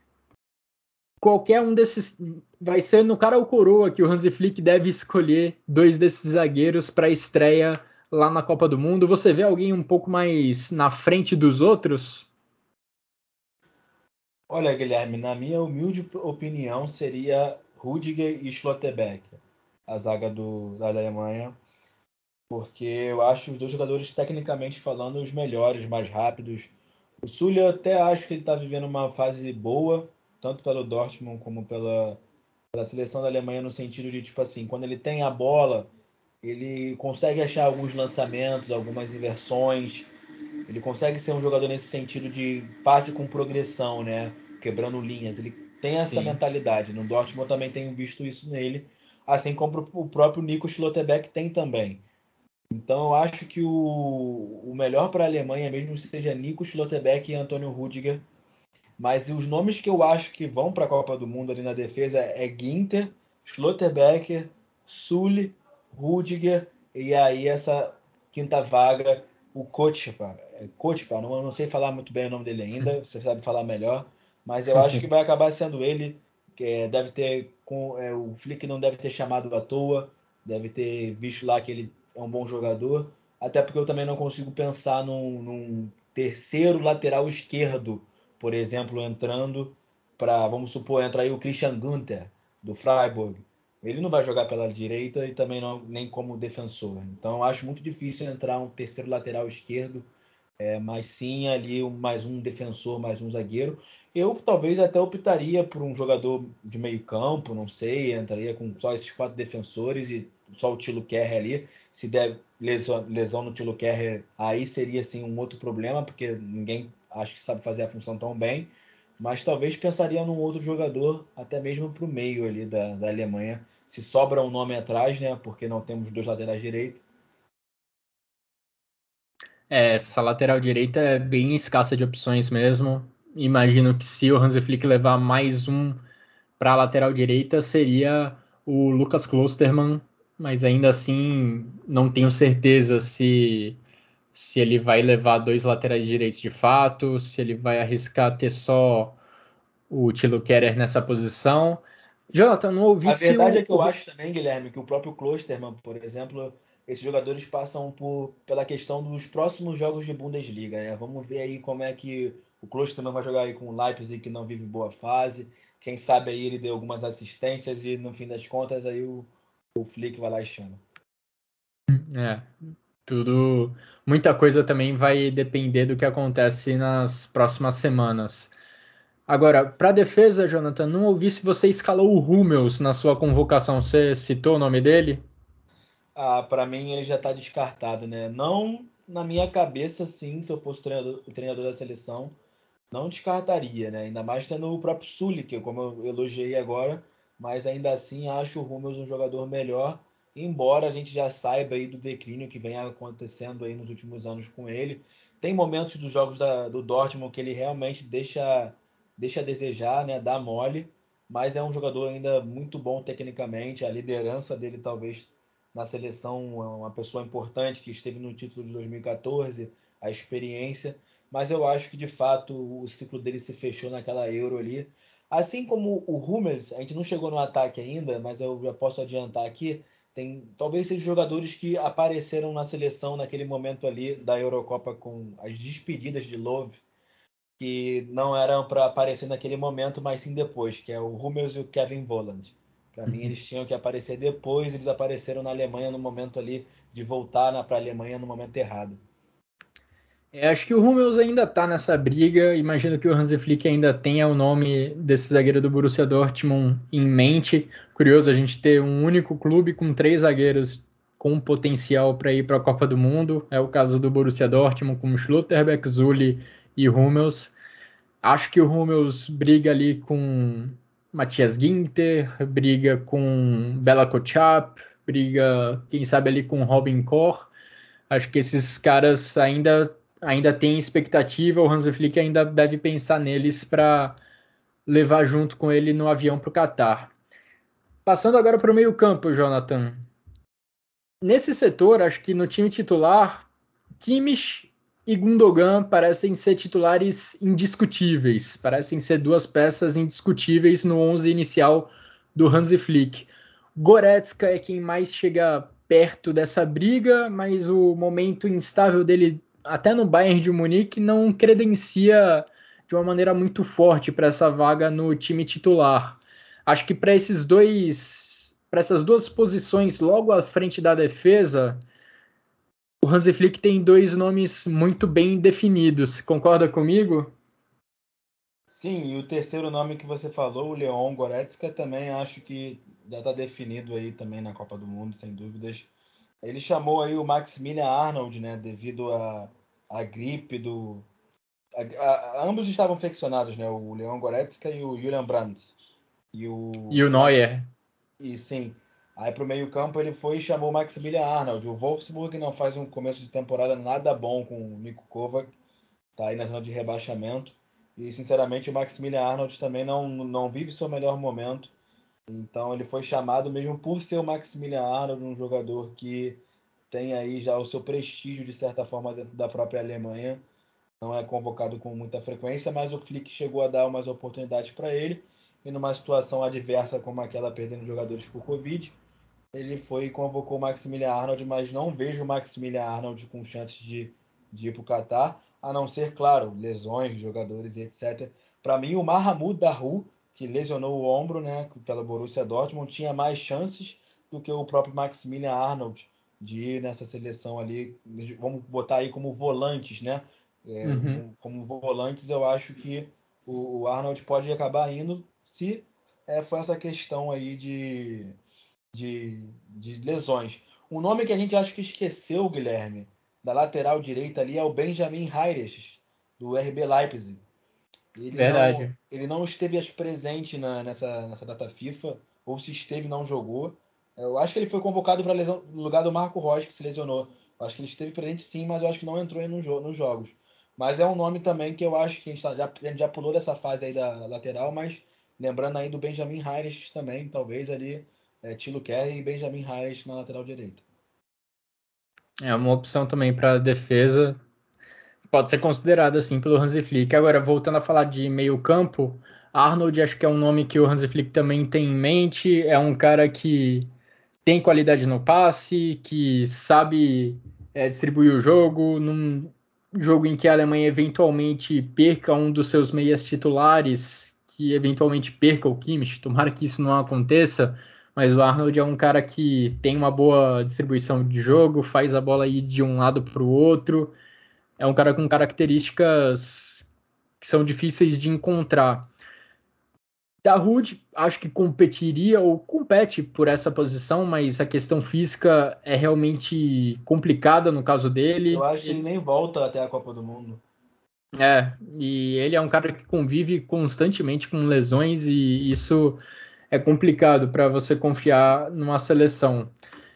Qualquer um desses vai ser no cara ou coroa que o Hansi Flick deve escolher dois desses zagueiros para a estreia lá na Copa do Mundo. Você vê alguém um pouco mais na frente dos outros? Olha, Guilherme, na minha humilde opinião, seria Rudiger e Schlotterbeck, a zaga do, da Alemanha, porque eu acho os dois jogadores, tecnicamente falando, os melhores, mais rápidos. O Sully, eu até acho que ele está vivendo uma fase boa, tanto pelo Dortmund como pela, pela seleção da Alemanha, no sentido de, tipo assim, quando ele tem a bola, ele consegue achar alguns lançamentos, algumas inversões. Ele consegue ser um jogador nesse sentido de passe com progressão, né? Quebrando linhas. Ele tem essa Sim. mentalidade. No Dortmund eu também tenho visto isso nele, assim como o próprio Nico Schlotterbeck tem também. Então eu acho que o, o melhor para a Alemanha mesmo seja Nico Schlotterbeck e Antônio Rudiger Mas os nomes que eu acho que vão para a Copa do Mundo ali na defesa é Ginter, Schlotterbeck, Sully, Rudiger e aí essa quinta vaga, o Kochepa. Kochepa, não, não sei falar muito bem o nome dele ainda, você sabe falar melhor, mas eu acho que vai acabar sendo ele, que é, deve ter, com, é, o Flick não deve ter chamado à toa, deve ter visto lá que ele é um bom jogador, até porque eu também não consigo pensar num, num terceiro lateral esquerdo, por exemplo, entrando para, vamos supor, entra aí o Christian Günther, do Freiburg. Ele não vai jogar pela direita e também não, nem como defensor. Então, acho muito difícil entrar um terceiro lateral esquerdo, é, mas sim ali um, mais um defensor, mais um zagueiro. Eu talvez até optaria por um jogador de meio campo, não sei, entraria com só esses quatro defensores e só o Thilo Kehrer ali. Se der lesão, lesão no Thilo Kehrer, aí seria assim um outro problema, porque ninguém acho que sabe fazer a função tão bem. Mas talvez pensaria num outro jogador, até mesmo para o meio ali da, da Alemanha. Se sobra um nome atrás, né? Porque não temos dois laterais direitos. É, essa lateral direita é bem escassa de opções mesmo. Imagino que se o Hansi Flick levar mais um para a lateral direita seria o Lucas Klostermann, mas ainda assim não tenho certeza se se ele vai levar dois laterais direitos de fato, se ele vai arriscar ter só o Thilo Kehrer nessa posição. Jonathan, não ouvi A se verdade o, é que eu o acho também, Guilherme, que o próprio Klostermann, por exemplo, esses jogadores passam por, pela questão dos próximos jogos de Bundesliga, né? Vamos ver aí como é que o Klostermann vai jogar aí com o Leipzig, que não vive boa fase. Quem sabe aí ele deu algumas assistências e no fim das contas aí o, o Flick vai lá e chama. é, tudo, muita coisa também vai depender do que acontece nas próximas semanas. Agora, para a defesa, Jonathan, não ouvi se você escalou o Hummels na sua convocação. Você citou o nome dele? Ah, para mim ele já está descartado, né? Não na minha cabeça, sim, se eu fosse o treinador, o treinador da seleção, não descartaria, né? Ainda mais tendo o próprio Sully, que como eu elogiei agora, mas ainda assim acho o Hummels um jogador melhor, embora a gente já saiba aí do declínio que vem acontecendo aí nos últimos anos com ele. Tem momentos dos jogos da, do Dortmund que ele realmente deixa, deixa a desejar, né? Dá mole, mas é um jogador ainda muito bom tecnicamente, a liderança dele talvez na seleção, é uma pessoa importante que esteve no título de dois mil e quatorze, a experiência, mas eu acho que de fato o ciclo dele se fechou naquela Euro ali. Assim como o Hummels, a gente não chegou no ataque ainda, mas eu já posso adiantar aqui, tem talvez sejam jogadores que apareceram na seleção naquele momento ali da Eurocopa com as despedidas de Love, que não eram para aparecer naquele momento, mas sim depois, que é o Hummels e o Kevin Volland. Para mim, eles tinham que aparecer depois, eles apareceram na Alemanha no momento ali de voltar para a Alemanha no momento errado. É, acho que o Hummels ainda está nessa briga. Imagino que o Hansi Flick ainda tenha o nome desse zagueiro do Borussia Dortmund em mente. Curioso a gente ter um único clube com três zagueiros com potencial para ir para a Copa do Mundo. É o caso do Borussia Dortmund com Schlotterbeck, Sully e Hummels. Acho que o Hummels briga ali com Matthias Ginter, briga com Bela Kotchap, briga, quem sabe, ali com Robin Koch. Acho que esses caras ainda, ainda têm expectativa, o Hansi Flick ainda deve pensar neles para levar junto com ele no avião para o Catar. Passando agora para o meio campo, Jonathan. Nesse setor, acho que no time titular, Kimmich e Gundogan parecem ser titulares indiscutíveis, parecem ser duas peças indiscutíveis no onze inicial do Hansi Flick. Goretzka é quem mais chega perto dessa briga, mas o momento instável dele, até no Bayern de Munique, não credencia de uma maneira muito forte para essa vaga no time titular. Acho que para esses dois, para essas duas posições logo à frente da defesa, o Hansi Flick tem dois nomes muito bem definidos. Concorda comigo? Sim, e o terceiro nome que você falou, o Leon Goretzka, também acho que já está definido aí também na Copa do Mundo, sem dúvidas. Ele chamou aí o Maximilian Arnold, né, devido à a, a gripe do... A, a, ambos estavam infeccionados, né, o Leon Goretzka e o Julian Brandt. E o... E o Neuer? E sim, aí para o meio campo ele foi e chamou o Maximilian Arnold. O Wolfsburg não faz um começo de temporada nada bom com o Niko Kovac, tá aí na zona de rebaixamento. E, sinceramente, o Maximilian Arnold também não, não vive seu melhor momento. Então, ele foi chamado mesmo por ser o Maximilian Arnold, um jogador que tem aí já o seu prestígio, de certa forma, dentro da própria Alemanha. Não é convocado com muita frequência, mas o Flick chegou a dar umas oportunidades para ele. E numa situação adversa como aquela, perdendo jogadores por Covid, ele foi e convocou o Maximilian Arnold, mas não vejo o Maximilian Arnold com chances de, de ir para o Qatar, a não ser, claro, lesões de jogadores e etcétera. Para mim, o Mahmoud Dahoud, que lesionou o ombro, né, pela Borussia Dortmund, tinha mais chances do que o próprio Maximilian Arnold de ir nessa seleção ali. Vamos botar aí como volantes, né? É, Uhum. como volantes, eu acho que o, o Arnold pode acabar indo se é, for essa questão aí de, de, de lesões. Um nome que a gente acho que esqueceu, Guilherme, da lateral direita ali, é o Benjamin Hayres, do R B Leipzig. Ele não, Verdade. ele não esteve presente na, nessa, nessa data FIFA, ou se esteve, não jogou. Eu acho que ele foi convocado para no lugar do Marco Reus, que se lesionou. Eu acho que ele esteve presente sim, mas eu acho que não entrou aí no jo nos jogos. Mas é um nome também que eu acho que a gente, tá, já, a gente já pulou dessa fase aí da lateral, mas lembrando aí do Benjamin Hayres também, talvez ali, é, Thilo Kehrer e Benjamin Hayres na lateral direita. É uma opção também para defesa. Pode ser considerado assim pelo Hansi Flick. Agora, voltando a falar de meio campo, Arnold acho que é um nome que o Hansi Flick também tem em mente. É um cara que tem qualidade no passe, que sabe é, distribuir o jogo. Num jogo em que a Alemanha eventualmente perca um dos seus meias titulares, que eventualmente perca o Kimmich, tomara que isso não aconteça, mas o Arnold é um cara que tem uma boa distribuição de jogo, faz a bola ir de um lado para o outro, é um cara com características que são difíceis de encontrar. Dahoud acho que competiria ou compete por essa posição, mas a questão física é realmente complicada no caso Eu dele. acho que ele Ele, nem volta até a Copa do Mundo. é, e ele é um cara que convive constantemente com lesões e isso é complicado para você confiar numa seleção.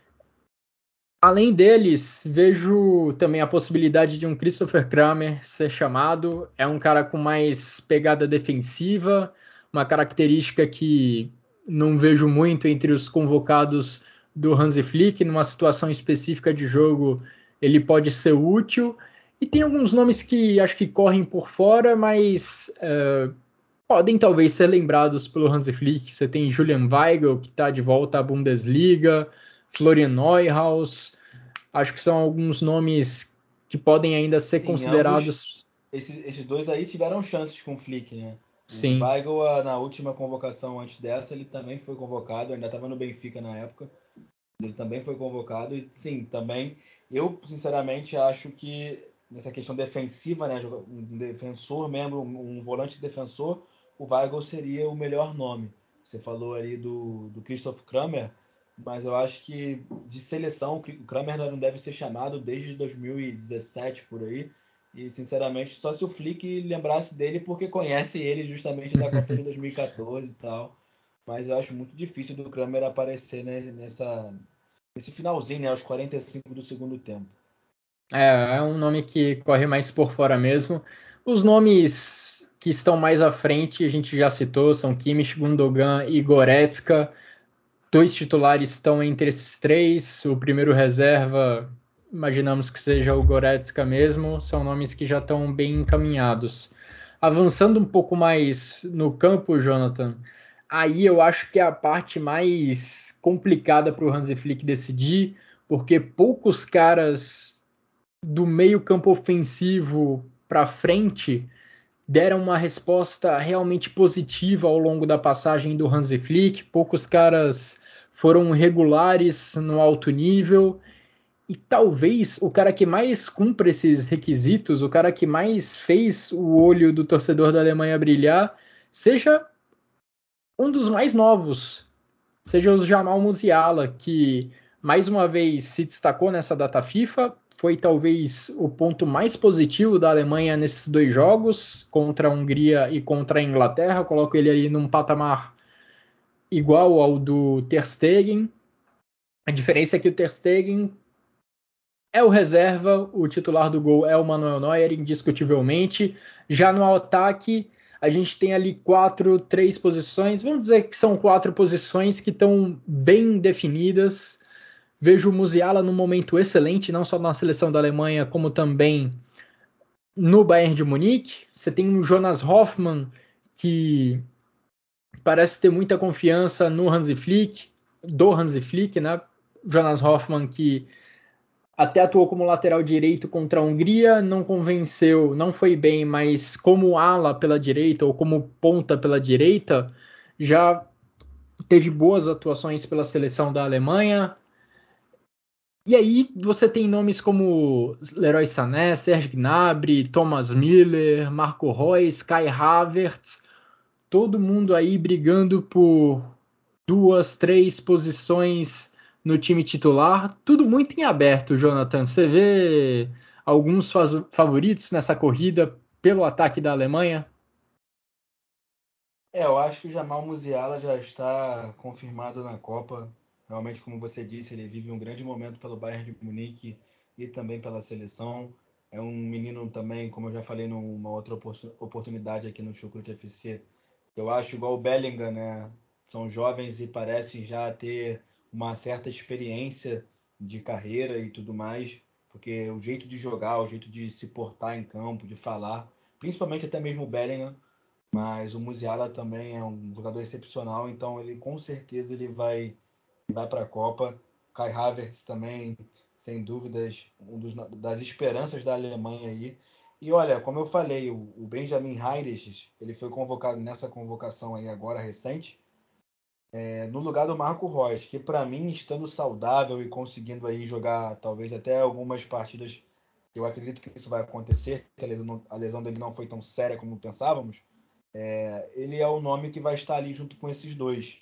Além deles, vejo também a possibilidade de um Christopher Kramer ser chamado. É um cara com mais pegada defensiva, uma característica que não vejo muito entre os convocados do Hansi Flick. Numa situação específica de jogo, ele pode ser útil. E tem alguns nomes que acho que correm por fora, mas é, podem talvez ser lembrados pelo Hansi Flick. Você tem Julian Weigl, que está de volta à Bundesliga, Florian Neuhaus. Acho que são alguns nomes que podem ainda ser Sim, ambos, considerados. esses, esses dois aí tiveram chances com o Flick, né? O Sim. Weigl, na última convocação antes dessa, ele também foi convocado, ainda estava no Benfica na época. Ele também foi convocado e sim, também eu sinceramente acho que nessa questão defensiva, né, um defensor mesmo, um volante defensor, o Weigl seria o melhor nome. Você falou ali do, do Christoph Kramer, mas eu acho que de seleção o Kramer não deve ser chamado desde dois mil e dezessete por aí. E sinceramente só se o Flick lembrasse dele porque conhece ele justamente da Copa de dois mil e quatorze e tal. Mas eu acho muito difícil do Kramer aparecer, né, nessa, nesse finalzinho, né, aos quarenta e cinco do segundo tempo. É, é um nome que corre mais por fora mesmo. Os nomes que estão mais à frente, a gente já citou, são Kimmich, Gundogan e Goretzka. Dois titulares estão entre esses três. O primeiro reserva, imaginamos que seja o Goretzka mesmo. São nomes que já estão bem encaminhados. Avançando um pouco mais no campo, Jonathan, aí eu acho que é a parte mais complicada para o Hansi Flick decidir, porque poucos caras do meio campo ofensivo para frente deram uma resposta realmente positiva ao longo da passagem do Hansi Flick. Poucos caras foram regulares no alto nível. E talvez o cara que mais cumpre esses requisitos, o cara que mais fez o olho do torcedor da Alemanha brilhar, seja um dos mais novos, seja o Jamal Musiala, que mais uma vez se destacou nessa data FIFA, foi talvez o ponto mais positivo da Alemanha nesses dois jogos, contra a Hungria e contra a Inglaterra. Coloco ele ali num patamar igual ao do Ter Stegen. A diferença é que o Ter Stegen é o reserva, o titular do gol é o Manuel Neuer, indiscutivelmente. Já no ataque, a gente tem ali quatro, três posições, vamos dizer que são quatro posições que estão bem definidas. Vejo o Musiala num momento excelente, não só na seleção da Alemanha, como também no Bayern de Munique. Você tem o Jonas Hoffmann, que parece ter muita confiança no Hansi Flick, do Hansi Flick, né? Jonas Hoffmann, que até atuou como lateral direito contra a Hungria, não convenceu, não foi bem, mas como ala pela direita ou como ponta pela direita, já teve boas atuações pela seleção da Alemanha. E aí você tem nomes como Leroy Sané, Serge Gnabry, Thomas Müller, Marco Reus, Kai Havertz, todo mundo aí brigando por duas, três posições no time titular, tudo muito em aberto, Jonathan. Você vê alguns favoritos nessa corrida pelo ataque da Alemanha? É, eu acho que o Jamal Musiala já está confirmado na Copa. Realmente, como você disse, ele vive um grande momento pelo Bayern de Munique e também pela seleção. É um menino também, como eu já falei numa outra oportunidade aqui no Chucrute F C, eu acho igual o Bellingham, né? São jovens e parecem já ter uma certa experiência de carreira e tudo mais, porque o jeito de jogar, o jeito de se portar em campo, de falar, principalmente até mesmo o Bellingham, mas o Musiala também é um jogador excepcional, então ele com certeza ele vai, vai para a Copa. Kai Havertz também, sem dúvidas, um dos, das esperanças da Alemanha aí. E olha, como eu falei, o, o Benjamin Heires, ele foi convocado nessa convocação aí agora recente, é, no lugar do Marco Reus, que para mim, estando saudável e conseguindo aí jogar talvez até algumas partidas, eu acredito que isso vai acontecer, que a lesão, a lesão dele não foi tão séria como pensávamos. É, ele é o nome que vai estar ali junto com esses dois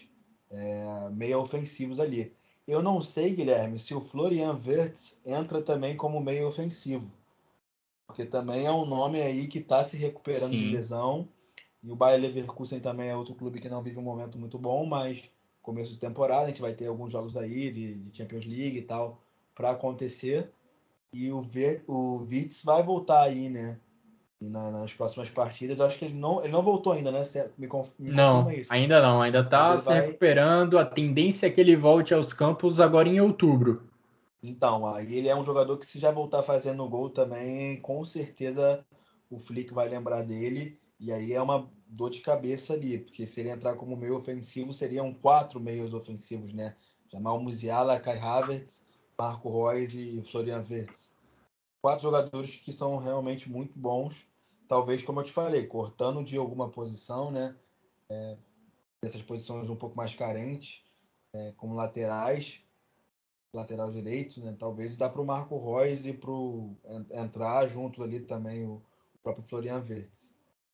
é, meio ofensivos ali. Eu não sei, Guilherme, se o Florian Wirtz entra também como meio ofensivo, porque também é um nome aí que está se recuperando de Sim. lesão, e o Bayer Leverkusen também é outro clube que não vive um momento muito bom, mas começo de temporada a gente vai ter alguns jogos aí de, de Champions League e tal para acontecer, e o, Ver, o Wirtz vai voltar aí, né? Na, nas próximas partidas. Eu acho que ele não, ele não voltou ainda, né? Me, me confirma Não, isso. ainda não, ainda Mas está ele se vai. recuperando. A tendência é que ele volte aos campos agora em outubro. Então, aí ele é um jogador que, se já voltar fazendo gol também, com certeza o Flick vai lembrar dele. E aí é uma dor de cabeça ali, porque se ele entrar como meio ofensivo, seriam quatro meios ofensivos, né? Jamal Musiala, Kai Havertz, Marco Reus e Florian Wirtz. Quatro jogadores que são realmente muito bons. Talvez, como eu te falei, cortando de alguma posição, né? Dessas posições um pouco mais carentes, é, como laterais, lateral direito, né? Talvez dá para o Marco Reus e para entrar junto ali também o, o próprio Florian Wirtz.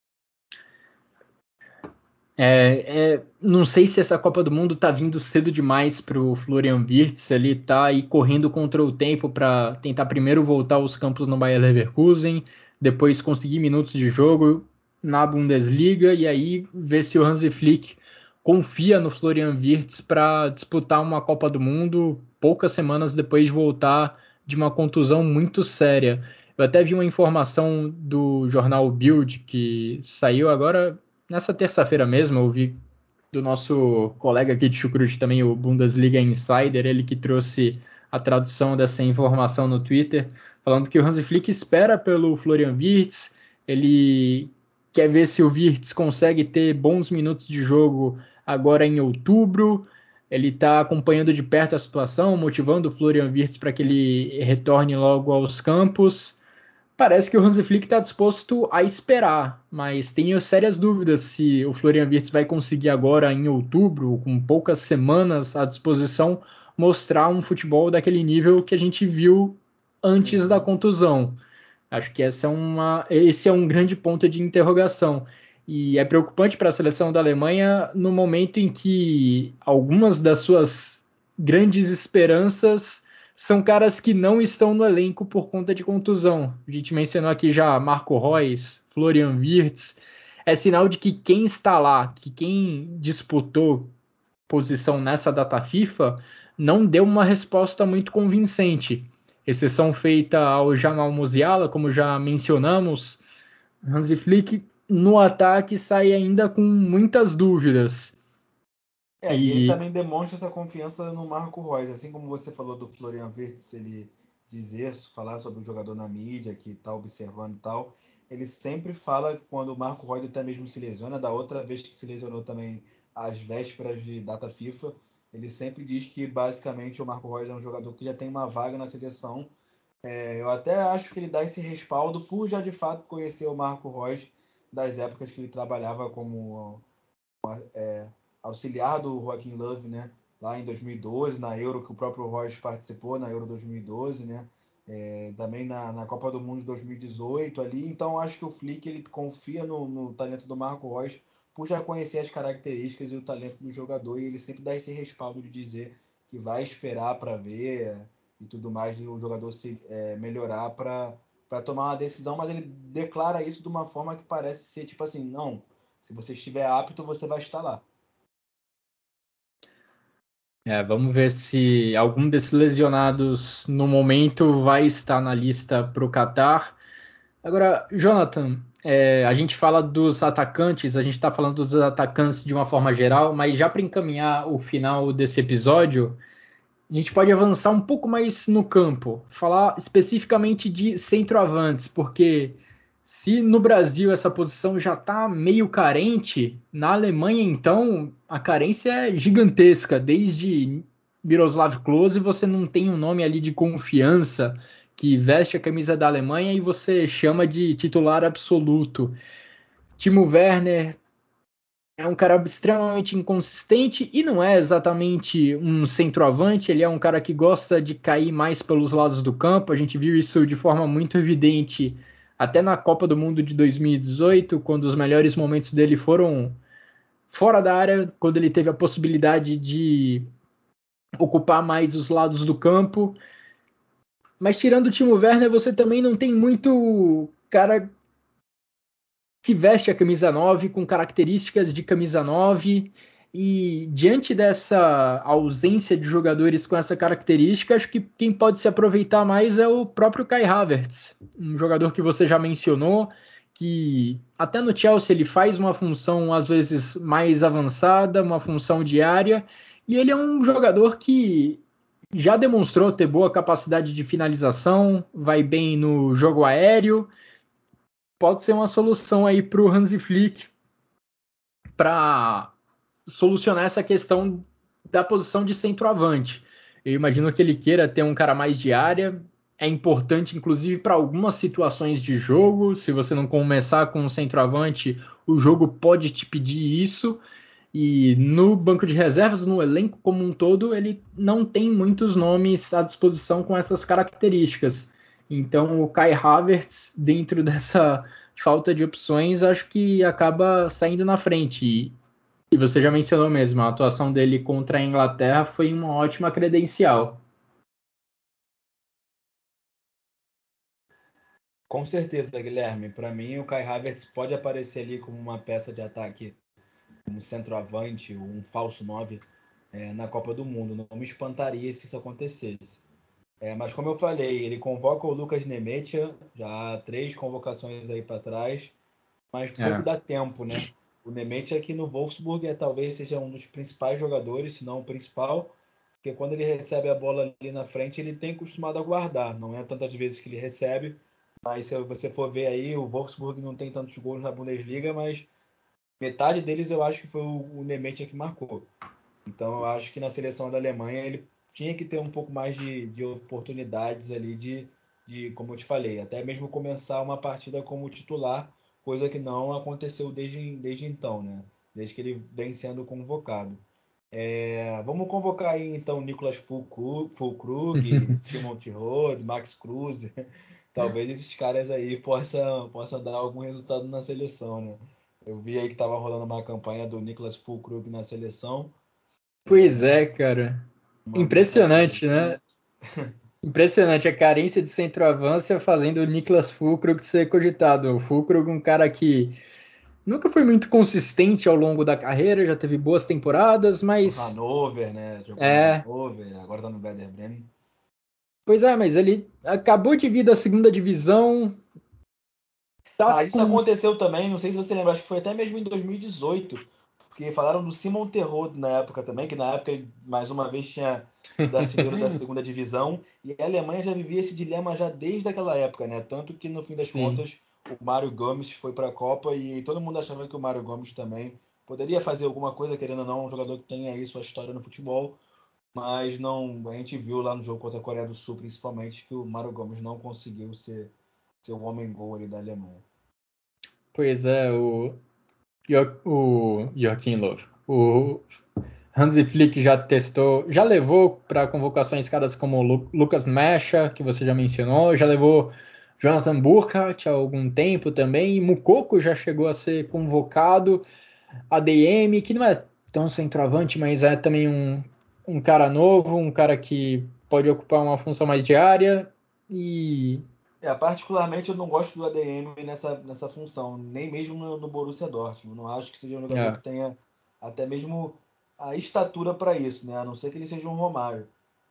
É, é, não sei se essa Copa do Mundo tá vindo cedo demais pro Florian Wirtz, ele tá aí correndo contra o tempo para tentar primeiro voltar aos campos no Bayer Leverkusen, depois conseguir minutos de jogo na Bundesliga e aí ver se o Hansi Flick confia no Florian Wirtz para disputar uma Copa do Mundo poucas semanas depois de voltar de uma contusão muito séria. Eu até vi uma informação do jornal Bild que saiu agora nessa terça-feira mesmo. Eu vi do nosso colega aqui de Chucrute também, o Bundesliga Insider, ele que trouxe a tradução dessa informação no Twitter, falando que o Hansi Flick espera pelo Florian Wirtz, ele quer ver se o Wirtz consegue ter bons minutos de jogo agora em outubro, ele está acompanhando de perto a situação, motivando o Florian Wirtz para que ele retorne logo aos campos. Parece que o Hansi Flick está disposto a esperar, mas tenho sérias dúvidas se o Florian Wirtz vai conseguir agora em outubro, com poucas semanas à disposição, mostrar um futebol daquele nível que a gente viu antes Uhum. da contusão. Acho que essa é uma, esse é um grande ponto de interrogação. E é preocupante para a seleção da Alemanha no momento em que algumas das suas grandes esperanças são caras que não estão no elenco por conta de contusão. A gente mencionou aqui já Marco Reus, Florian Wirtz. É sinal de que quem está lá, que quem disputou posição nessa data FIFA, não deu uma resposta muito convincente. exceção feita ao Jamal Musiala, como já mencionamos. Hansi Flick no ataque sai ainda com muitas dúvidas. É, e ele E também demonstra essa confiança no Marco Reus, assim como você falou do Florian Wirtz, ele dizer, falar sobre o jogador na mídia, que está observando e tal, ele sempre fala quando o Marco Reus até mesmo se lesiona, da outra vez que se lesionou também às vésperas de data FIFA, ele sempre diz que basicamente o Marco Reus é um jogador que já tem uma vaga na seleção. É, eu até acho que ele dá esse respaldo por já de fato conhecer o Marco Reus das épocas que ele trabalhava como auxiliar do Joaquim Love, né? Lá em dois mil e doze, na Euro, que o próprio Royce participou, na Euro dois mil e doze, né? É, também na, na Copa do Mundo de dois mil e dezoito ali. Então acho que o Flick ele confia no, no talento do Marco Reus por já conhecer as características e o talento do jogador, e ele sempre dá esse respaldo de dizer que vai esperar para ver e tudo mais, e o jogador se é, melhorar para tomar uma decisão, mas ele declara isso de uma forma que parece ser tipo assim, não, se você estiver apto, você vai estar lá. é, vamos ver se algum desses lesionados no momento vai estar na lista para o Qatar. Agora, Jonathan, é, a gente fala dos atacantes, a gente está falando dos atacantes de uma forma geral, mas já para encaminhar o final desse episódio, a gente pode avançar um pouco mais no campo, falar especificamente de centroavantes, porque se no Brasil essa posição já está meio carente, na Alemanha então a carência é gigantesca. Desde Miroslav Klose você não tem um nome ali de confiança que veste a camisa da Alemanha e você chama de titular absoluto. Timo Werner é um cara extremamente inconsistente e não é exatamente um centroavante, ele é um cara que gosta de cair mais pelos lados do campo. A gente viu isso de forma muito evidente até na Copa do Mundo de dois mil e dezoito, quando os melhores momentos dele foram fora da área, quando ele teve a possibilidade de ocupar mais os lados do campo. Mas tirando o Timo Werner, você também não tem muito cara que veste a camisa nove com características de camisa nove. E diante dessa ausência de jogadores com essa característica, acho que quem pode se aproveitar mais é o próprio Kai Havertz, um jogador que você já mencionou, que até no Chelsea ele faz uma função às vezes mais avançada, uma função diária, e ele é um jogador que já demonstrou ter boa capacidade de finalização, vai bem no jogo aéreo. Pode ser uma solução aí para o Hansi Flick para solucionar essa questão da posição de centroavante. Eu imagino que ele queira ter um cara mais de área. É importante, inclusive, para algumas situações de jogo. Se você não começar com um centroavante, o jogo pode te pedir isso. E no banco de reservas, no elenco como um todo, ele não tem muitos nomes à disposição com essas características. Então, o Kai Havertz, dentro dessa falta de opções, acho que acaba saindo na frente. E você já mencionou mesmo, a atuação dele contra a Inglaterra foi uma ótima credencial. Com certeza, Guilherme. Para mim, o Kai Havertz pode aparecer ali como uma peça de ataque, um centroavante, um falso nove é, na Copa do Mundo. Não me espantaria se isso acontecesse. É, mas como eu falei, ele convoca o Lucas Nemetia, já há três convocações aí para trás, mas pouco É. dá tempo, né? O Nemetia aqui no Wolfsburg é, talvez seja um dos principais jogadores, se não o principal, porque quando ele recebe a bola ali na frente, ele tem costumado a guardar. Não é tantas vezes que ele recebe, mas se você for ver aí, o Wolfsburg não tem tantos gols na Bundesliga, mas metade deles eu acho que foi o Nemetia que marcou. Então eu acho que na seleção da Alemanha ele tinha que ter um pouco mais de, de oportunidades ali de, de, como eu te falei, até mesmo começar uma partida como titular, coisa que não aconteceu desde, desde então, né? Desde que ele vem sendo convocado. É, vamos convocar aí então Nicolas Füllkrug, Simon Tirode, Max Kruse. Talvez esses caras aí possam, possam dar algum resultado na seleção, né? Eu vi aí que estava rolando uma campanha do Nicolas Füllkrug na seleção. Pois é, cara. Uma brincadeira. Impressionante, né? Impressionante a carência de centroavança fazendo o Niklas Füllkrug ser cogitado. O Füllkrug, um cara que nunca foi muito consistente ao longo da carreira, já teve boas temporadas, O mas Hannover, né? Jogou no é, Hannover, agora tá no Werder Bremen. Pois é, mas ele acabou de vir da segunda divisão, tá Ah, isso com... aconteceu também, não sei se você lembra, acho que foi até mesmo em dois mil e dezoito, porque falaram do Simon Terrot na época também, que na época ele mais uma vez tinha sido artilheiro da segunda divisão, e a Alemanha já vivia esse dilema já desde aquela época, né? Tanto que no fim das Sim. contas o Mário Gomes foi para a Copa e todo mundo achava que o Mário Gomes também poderia fazer alguma coisa, querendo ou não, um jogador que tem aí sua história no futebol, mas não, a gente viu lá no jogo contra a Coreia do Sul, principalmente, que o Mário Gomes não conseguiu ser, ser o homem-gol ali da Alemanha. Pois é, o, Jo- o Joachim Löw. O Hansi Flick já testou, já levou para convocações caras como o Lu- Lucas Mecha, que você já mencionou, já levou Jonathan Burkhardt há algum tempo também, e Mukoko já chegou a ser convocado, a D M, que não é tão centroavante, mas é também um, um cara novo, um cara que pode ocupar uma função mais diária, e É, particularmente eu não gosto do A D M nessa, nessa função, nem mesmo no, no Borussia Dortmund. Não acho que seja um jogador é, que tenha até mesmo a estatura para isso, né? A não ser que ele seja um Romário.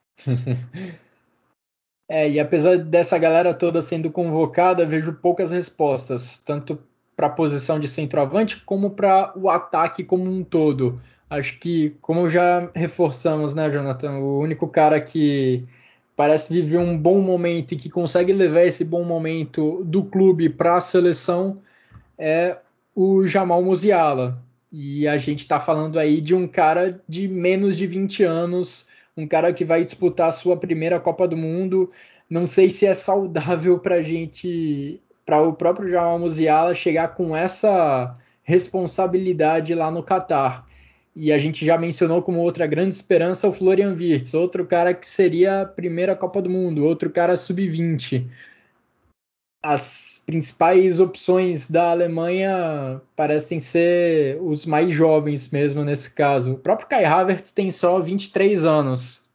É, e apesar dessa galera toda sendo convocada, vejo poucas respostas, tanto para a posição de centroavante como para o ataque como um todo. Acho que, como já reforçamos, né, Jonathan, o único cara que parece viver um bom momento e que consegue levar esse bom momento do clube para a seleção é o Jamal Musiala. E a gente está falando aí de um cara de menos de vinte anos, um cara que vai disputar a sua primeira Copa do Mundo. Não sei se é saudável para a gente, para o próprio Jamal Musiala chegar com essa responsabilidade lá no Catar. E a gente já mencionou como outra grande esperança o Florian Wirtz, outro cara que seria a primeira Copa do Mundo, outro cara sub vinte. As principais opções da Alemanha parecem ser os mais jovens mesmo nesse caso. O próprio Kai Havertz tem só vinte e três anos.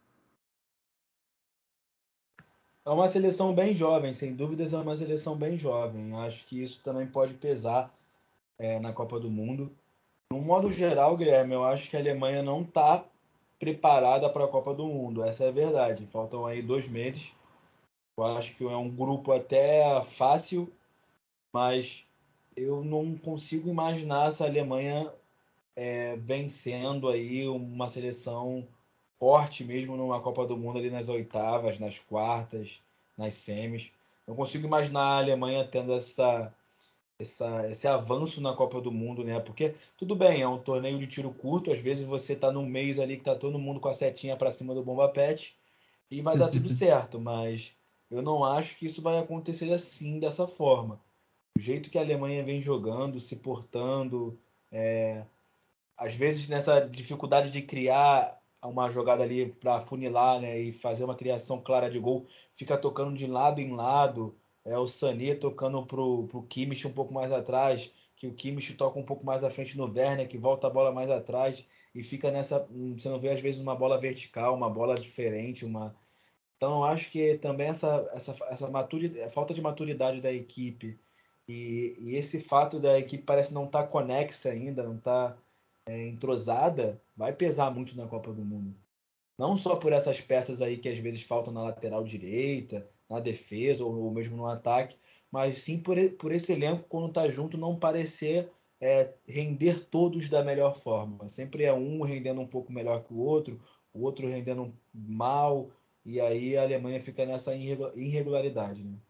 É uma seleção bem jovem, sem dúvidas é uma seleção bem jovem. Acho que isso também pode pesar é, na Copa do Mundo. No modo geral, Guilherme, eu acho que a Alemanha não está preparada para a Copa do Mundo. Essa é a verdade. Faltam aí dois meses. Eu acho que é um grupo até fácil, mas eu não consigo imaginar essa Alemanha é, vencendo aí uma seleção forte mesmo numa Copa do Mundo ali nas oitavas, nas quartas, nas semis. Não consigo imaginar a Alemanha tendo essa, essa, esse avanço na Copa do Mundo, né? Porque tudo bem, é um torneio de tiro curto, às vezes você tá num mês ali que tá todo mundo com a setinha para cima do bomba pet e vai dar tudo certo, mas eu não acho que isso vai acontecer assim, dessa forma. O jeito que a Alemanha vem jogando, se portando, é, às vezes nessa dificuldade de criar uma jogada ali para funilar, né, e fazer uma criação clara de gol, fica tocando de lado em lado, é o Sané tocando pro, pro Kimmich um pouco mais atrás, que o Kimmich toca um pouco mais à frente no Werner, que volta a bola mais atrás e fica nessa, você não vê às vezes uma bola vertical, uma bola diferente, uma então eu acho que também essa essa essa maturidade, falta de maturidade da equipe e, e esse fato da equipe parece não estar conexa ainda, não estar entrosada, vai pesar muito na Copa do Mundo. Não só por essas peças aí que às vezes faltam na lateral direita, na defesa ou, ou mesmo no ataque, mas sim por, por esse elenco, quando tá junto, não parecer é, render todos da melhor forma. Sempre é um rendendo um pouco melhor que o outro, o outro rendendo mal, e aí a Alemanha fica nessa irregularidade. Né?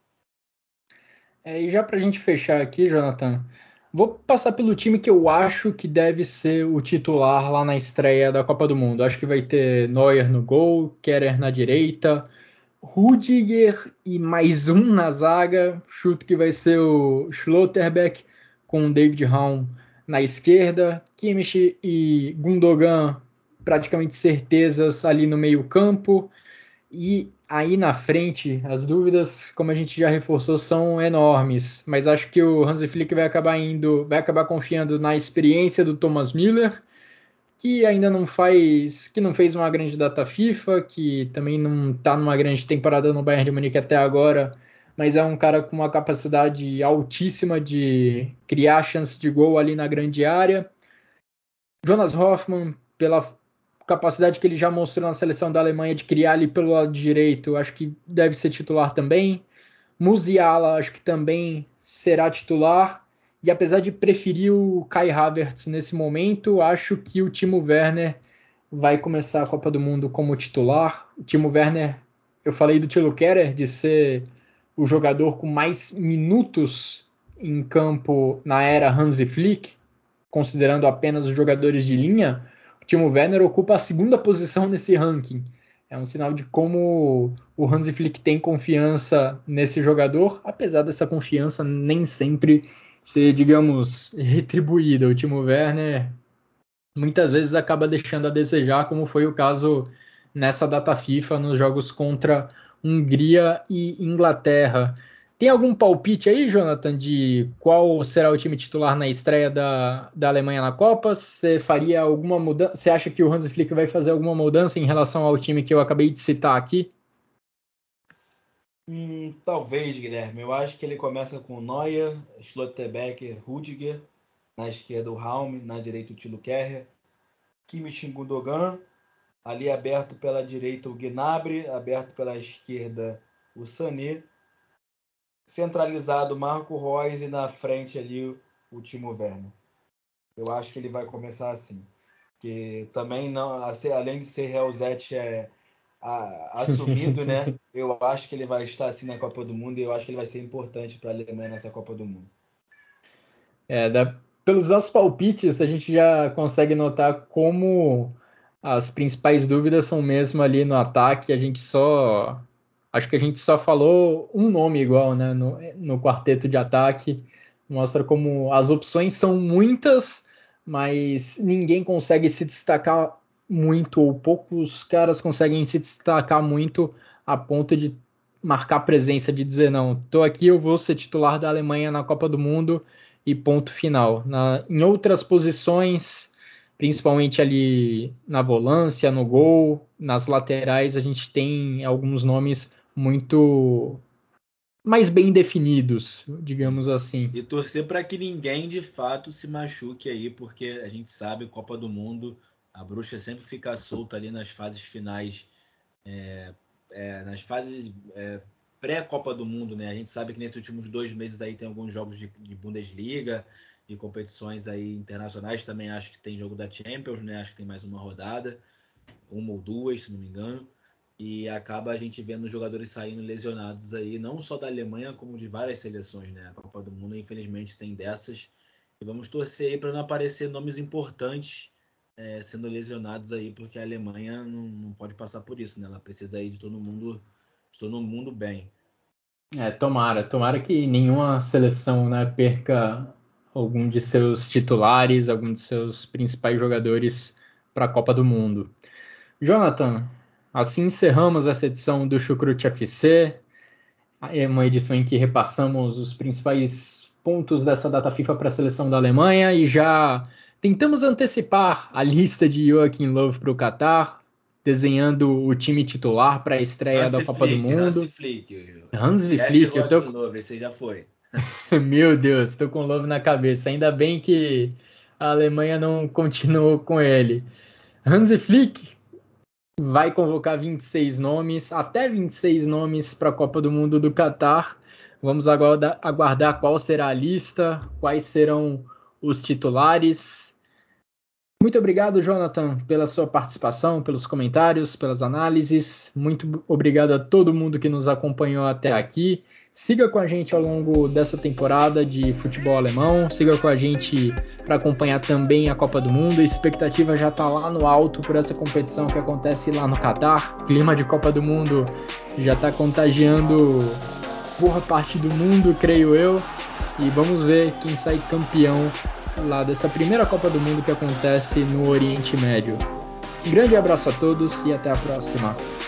É, e já para a gente fechar aqui, Jonathan, vou passar pelo time que eu acho que deve ser o titular lá na estreia da Copa do Mundo. Acho que vai ter Neuer no gol, Kerer na direita, Rudiger e mais um na zaga. Chuto que vai ser o Schlotterbeck com o David Raum na esquerda, Kimmich e Gundogan praticamente certezas ali no meio campo. E aí na frente, as dúvidas, como a gente já reforçou, são enormes. Mas acho que o Hansi Flick vai acabar indo, vai acabar confiando na experiência do Thomas Müller, que ainda não faz, que não fez uma grande data FIFA, que também não está numa grande temporada no Bayern de Munique até agora, mas é um cara com uma capacidade altíssima de criar chance de gol ali na grande área. Jonas Hoffmann, pela capacidade que ele já mostrou na seleção da Alemanha de criar ali pelo lado direito, acho que deve ser titular também. Musiala, acho que também será titular. E apesar de preferir o Kai Havertz nesse momento, acho que o Timo Werner vai começar a Copa do Mundo como titular. O Timo Werner, eu falei do Thilo Kehrer, de ser o jogador com mais minutos em campo na era Hansi Flick, considerando apenas os jogadores de linha. O Timo Werner ocupa a segunda posição nesse ranking. É um sinal de como o Hansi Flick tem confiança nesse jogador, apesar dessa confiança nem sempre ser, digamos, retribuída. O Timo Werner muitas vezes acaba deixando a desejar, como foi o caso nessa data FIFA nos jogos contra Hungria e Inglaterra. Tem algum palpite aí, Jonathan, de qual será o time titular na estreia da, da Alemanha na Copa? Você faria alguma mudança? Você acha que o Hansi Flick vai fazer alguma mudança em relação ao time que eu acabei de citar aqui? Hum, talvez, Guilherme. Eu acho que ele começa com Neuer, Schlotterbeck, Rudiger, na esquerda o Raum, na direita o Thilo Kehrer, Kimmich, Gundogan, ali aberto pela direita o Gnabry, aberto pela esquerda o Sané, centralizado Marco Reus e na frente ali o, o Timo Werner. Eu acho que ele vai começar assim, que também não, além de ser Realzete é a, assumido, né? Eu acho que ele vai estar assim na Copa do Mundo e eu acho que ele vai ser importante para a Alemanha nessa Copa do Mundo. É, da, pelos nossos palpites, a gente já consegue notar como as principais dúvidas são mesmo ali no ataque. A gente só. Acho que a gente só falou um nome igual, né? No, no quarteto de ataque. Mostra como as opções são muitas, mas ninguém consegue se destacar muito, ou poucos caras conseguem se destacar muito a ponto de marcar presença, de dizer, não, tô aqui, eu vou ser titular da Alemanha na Copa do Mundo e ponto final. Na, em outras posições, principalmente ali na volância, no gol, nas laterais, a gente tem alguns nomes muito mais bem definidos, digamos Sim. assim. E torcer para que ninguém de fato se machuque aí, porque a gente sabe, Copa do Mundo, a bruxa sempre fica solta ali nas fases finais, é, é, nas fases é, pré-Copa do Mundo, né? A gente sabe que nesses últimos dois meses aí tem alguns jogos de, de Bundesliga, de competições aí internacionais, também acho que tem jogo da Champions, né? Acho que tem mais uma rodada, uma ou duas, se não me engano. E acaba a gente vendo jogadores saindo lesionados aí, não só da Alemanha, como de várias seleções, né? A Copa do Mundo, infelizmente, tem dessas. E vamos torcer aí para não aparecer nomes importantes é, sendo lesionados aí, porque a Alemanha não, não pode passar por isso, né? Ela precisa aí de todo mundo, de todo mundo bem. É, tomara, tomara que nenhuma seleção, né, perca algum de seus titulares, algum de seus principais jogadores para a Copa do Mundo. Jonathan, assim encerramos essa edição do Chucrute F C. É uma edição em que repassamos os principais pontos dessa data FIFA para a seleção da Alemanha e já tentamos antecipar a lista de Joachim Löw para o Catar, desenhando o time titular para a estreia Hansi da Copa do Flick, Hansi Mundo. Flick. Hansi Esquece Flick, eu tô. Joaquim Löw, esse já foi. Meu Deus, estou com o Löw na cabeça. Ainda bem que a Alemanha não continuou com ele. Hansi Flick vai convocar vinte e seis nomes, até vinte e seis nomes para a Copa do Mundo do Catar. Vamos agora aguardar qual será a lista, quais serão os titulares. Muito obrigado, Jonathan, pela sua participação, pelos comentários, pelas análises. Muito obrigado a todo mundo que nos acompanhou até aqui. Siga com a gente ao longo dessa temporada de futebol alemão. Siga com a gente para acompanhar também a Copa do Mundo. A expectativa já está lá no alto por essa competição que acontece lá no Catar. O clima de Copa do Mundo já está contagiando boa parte do mundo, creio eu. E vamos ver quem sai campeão lá dessa primeira Copa do Mundo que acontece no Oriente Médio. Um grande abraço a todos e até a próxima.